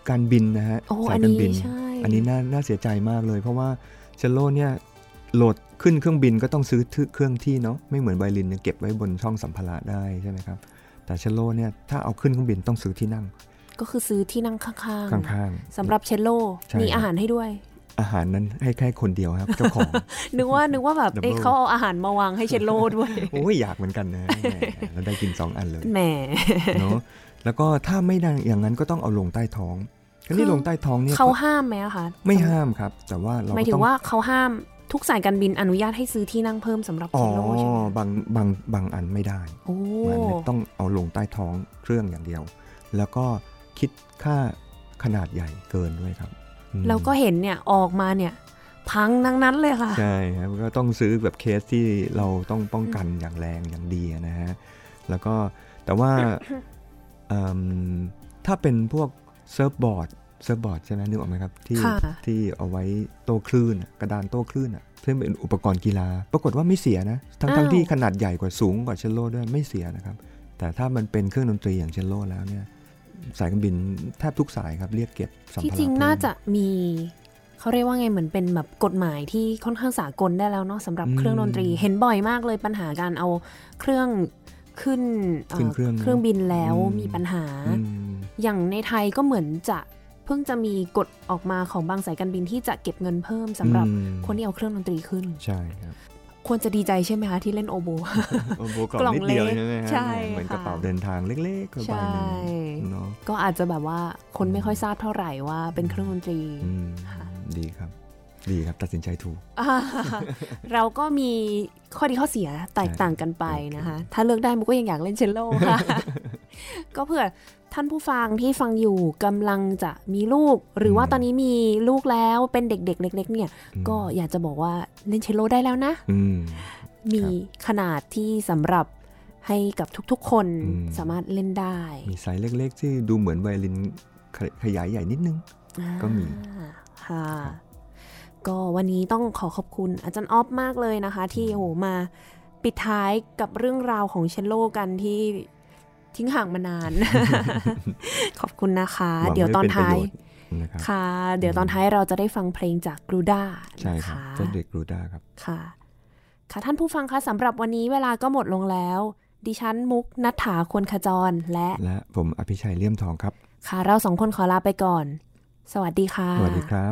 การบินนะฮะสายการบินอันนี้น่าน่าเสียใจมากเลยเพราะว่าเชลโลเนี่ยโหลดขึ้นเครื่องบินก็ต้องซื้อเครื่องที่เนาะไม่เหมือนไวโอลินเนี่ยเก็บไว้บนช่องสัมภาระได้ใช่ไหมครับแต่เชลโลเนี่ยถ้าเอาขึ้นเครื่องบินต้องซื้อที่นั่งก็คือซื้อที่นั่งข้างๆข้างๆสำหรับเชลโลมีอาหารให้ด้วยอาหารนั้นให้แค่คนเดียวครับเจ้าของนึกว่านึกว่าแบบเอ้เขาเอาอาหารมาวางให้เชลโลด้วยโอ้ยอยากเหมือนกันนะแล้วได้กินสองอันเลยแหมเนาะแล้วก็ถ้าไม่ได้อย่างนั้นก็ต้องเอาลงใต้ท้องทีนี้ลงใต้ท้องเนี่ยเขาห้ามไหมคะไม่ห้ามครับแต่ว่าเราหมายถึงว่าเขาห้ามทุกสายการบินอนุญาตให้ซื้อที่นั่งเพิ่มสำหรับเชลโลใช่ไหมอ๋อบางบางบางอันไม่ได้มันต้องเอาลงใต้ท้องเครื่องอย่างเดียวแล้วก็คิดค่าขนาดใหญ่เกินด้วยครับแล้วก็เห็นเนี่ยออกมาเนี่ยพังทั้งนั้นเลยค่ะใช่ครับก็ต้องซื้อแบบเคสที่เราต้องป้องกันอย่างแรงอย่างดีนะฮะแล้วก็แต่ว่า ถ้าเป็นพวกเซิร์ฟบอร์ดเซิร์ฟบอร์ดใช่ไหมนึกออกไหมครับที่ที่เอาไว้โต้คลื่นกระดานโต้คลื่นอ่ะเพื่อเป็นอุปกรณ์กีฬาปรากฏว่าไม่เสียนะทั้งทั้งที่ขนาดใหญ่กว่าสูงกว่าเชลโลด้วยไม่เสียนะครับแต่ถ้ามันเป็นเครื่องดนตรีอย่างเชลโลแล้วเนี่ยสายการบินแทบทุกสายครับเรียกเก็บสัมภาระที่จริงน่าจะมีเขาเรียกว่าไงเหมือนเป็นแบบกฎหมายที่ค่อนข้างสากลได้แล้วเนาะสำหรับเครื่องดนตรีเห็นบ่อยมากเลยปัญหาการเอาเครื่องขึ้นเครื่องเครื่องบินแล้วมีปัญหาอย่างในไทยก็เหมือนจะเพิ่งจะมีกฎออกมาของบางสายการบินที่จะเก็บเงินเพิ่มสำหรับคนที่เอาเครื่องดนตรีขึ้นใช่ครับควรจะดีใจใช่ไหมคะที่เล่นโอโบโอโบกล่องนิดเดียวใช่ไหมฮะเหมือนกระเป๋าเดินทางเล็กๆก็ไปเนาะก็อาจจะแบบว่าคนไม่ค่อยทราบเท่าไหร่ว่าเป็นเครื่องดนตรีดีครับดีครับตัดสินใจถูกเราก็มีข้อดีข้อเสียแตกต่างกันไปนะคะถ้าเลือกได้มุกก็ยังอยากเล่นเชลโลค่ะก็เผื่อท่านผู้ฟังที่ฟังอยู่กำลังจะมีลูกหรือว่าตอนนี้มีลูกแล้วเป็นเด็กๆเล็กๆเนี่ยก็อยากจะบอกว่าเล่นเชลโลได้แล้วนะมีขนาดที่สำหรับให้กับทุกๆคนสามารถเล่นได้มีไซส์เล็กๆที่ดูเหมือนไวโอลินขยายใหญ่นิดนึงก็มีค่ะก็วันนี้ต้องขอขอบคุณอาจารย์อ๊อฟมากเลยนะคะที่โอ้มาปิดท้ายกับเรื่องราวของเชลโลกันที่ทิ้งห่างมานาน ขอบคุณนะคะเดี๋ยวตอนท้ายค่ะเดี๋ยวตอนท้ายเราจะได้ฟังเพลงจากกรูด้าใช่ค่ะเฟเดริกกรูด้าครับค่ะค่ะท่านผู้ฟังคะสำหรับวันนี้เวลาก็หมดลงแล้วดิฉันมุกณัฐฐาควรขจรและและผมอภิชัยเลี่ยมทองครับค่ะเราสองคนขอลาไปก่อนสวัสดีค่ะสวัสดีครับ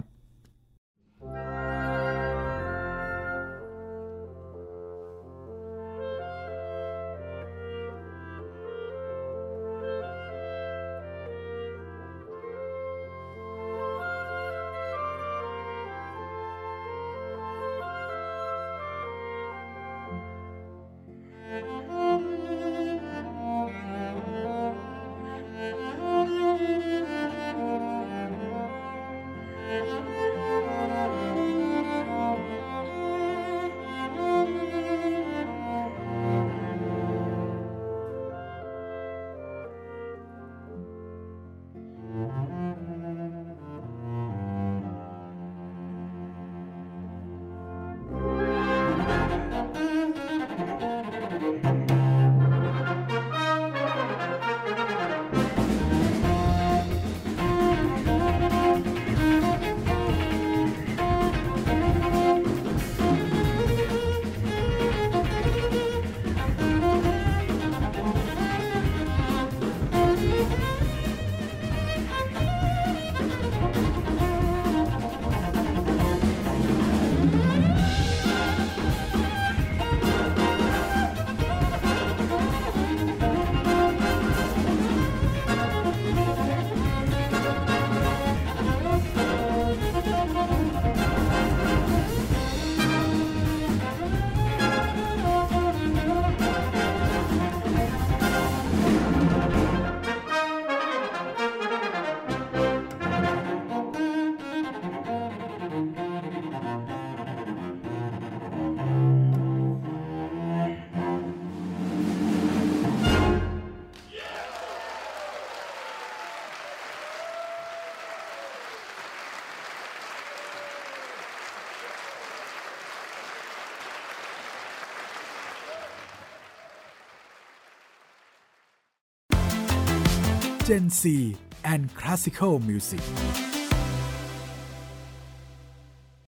Gen ซี and Classical Music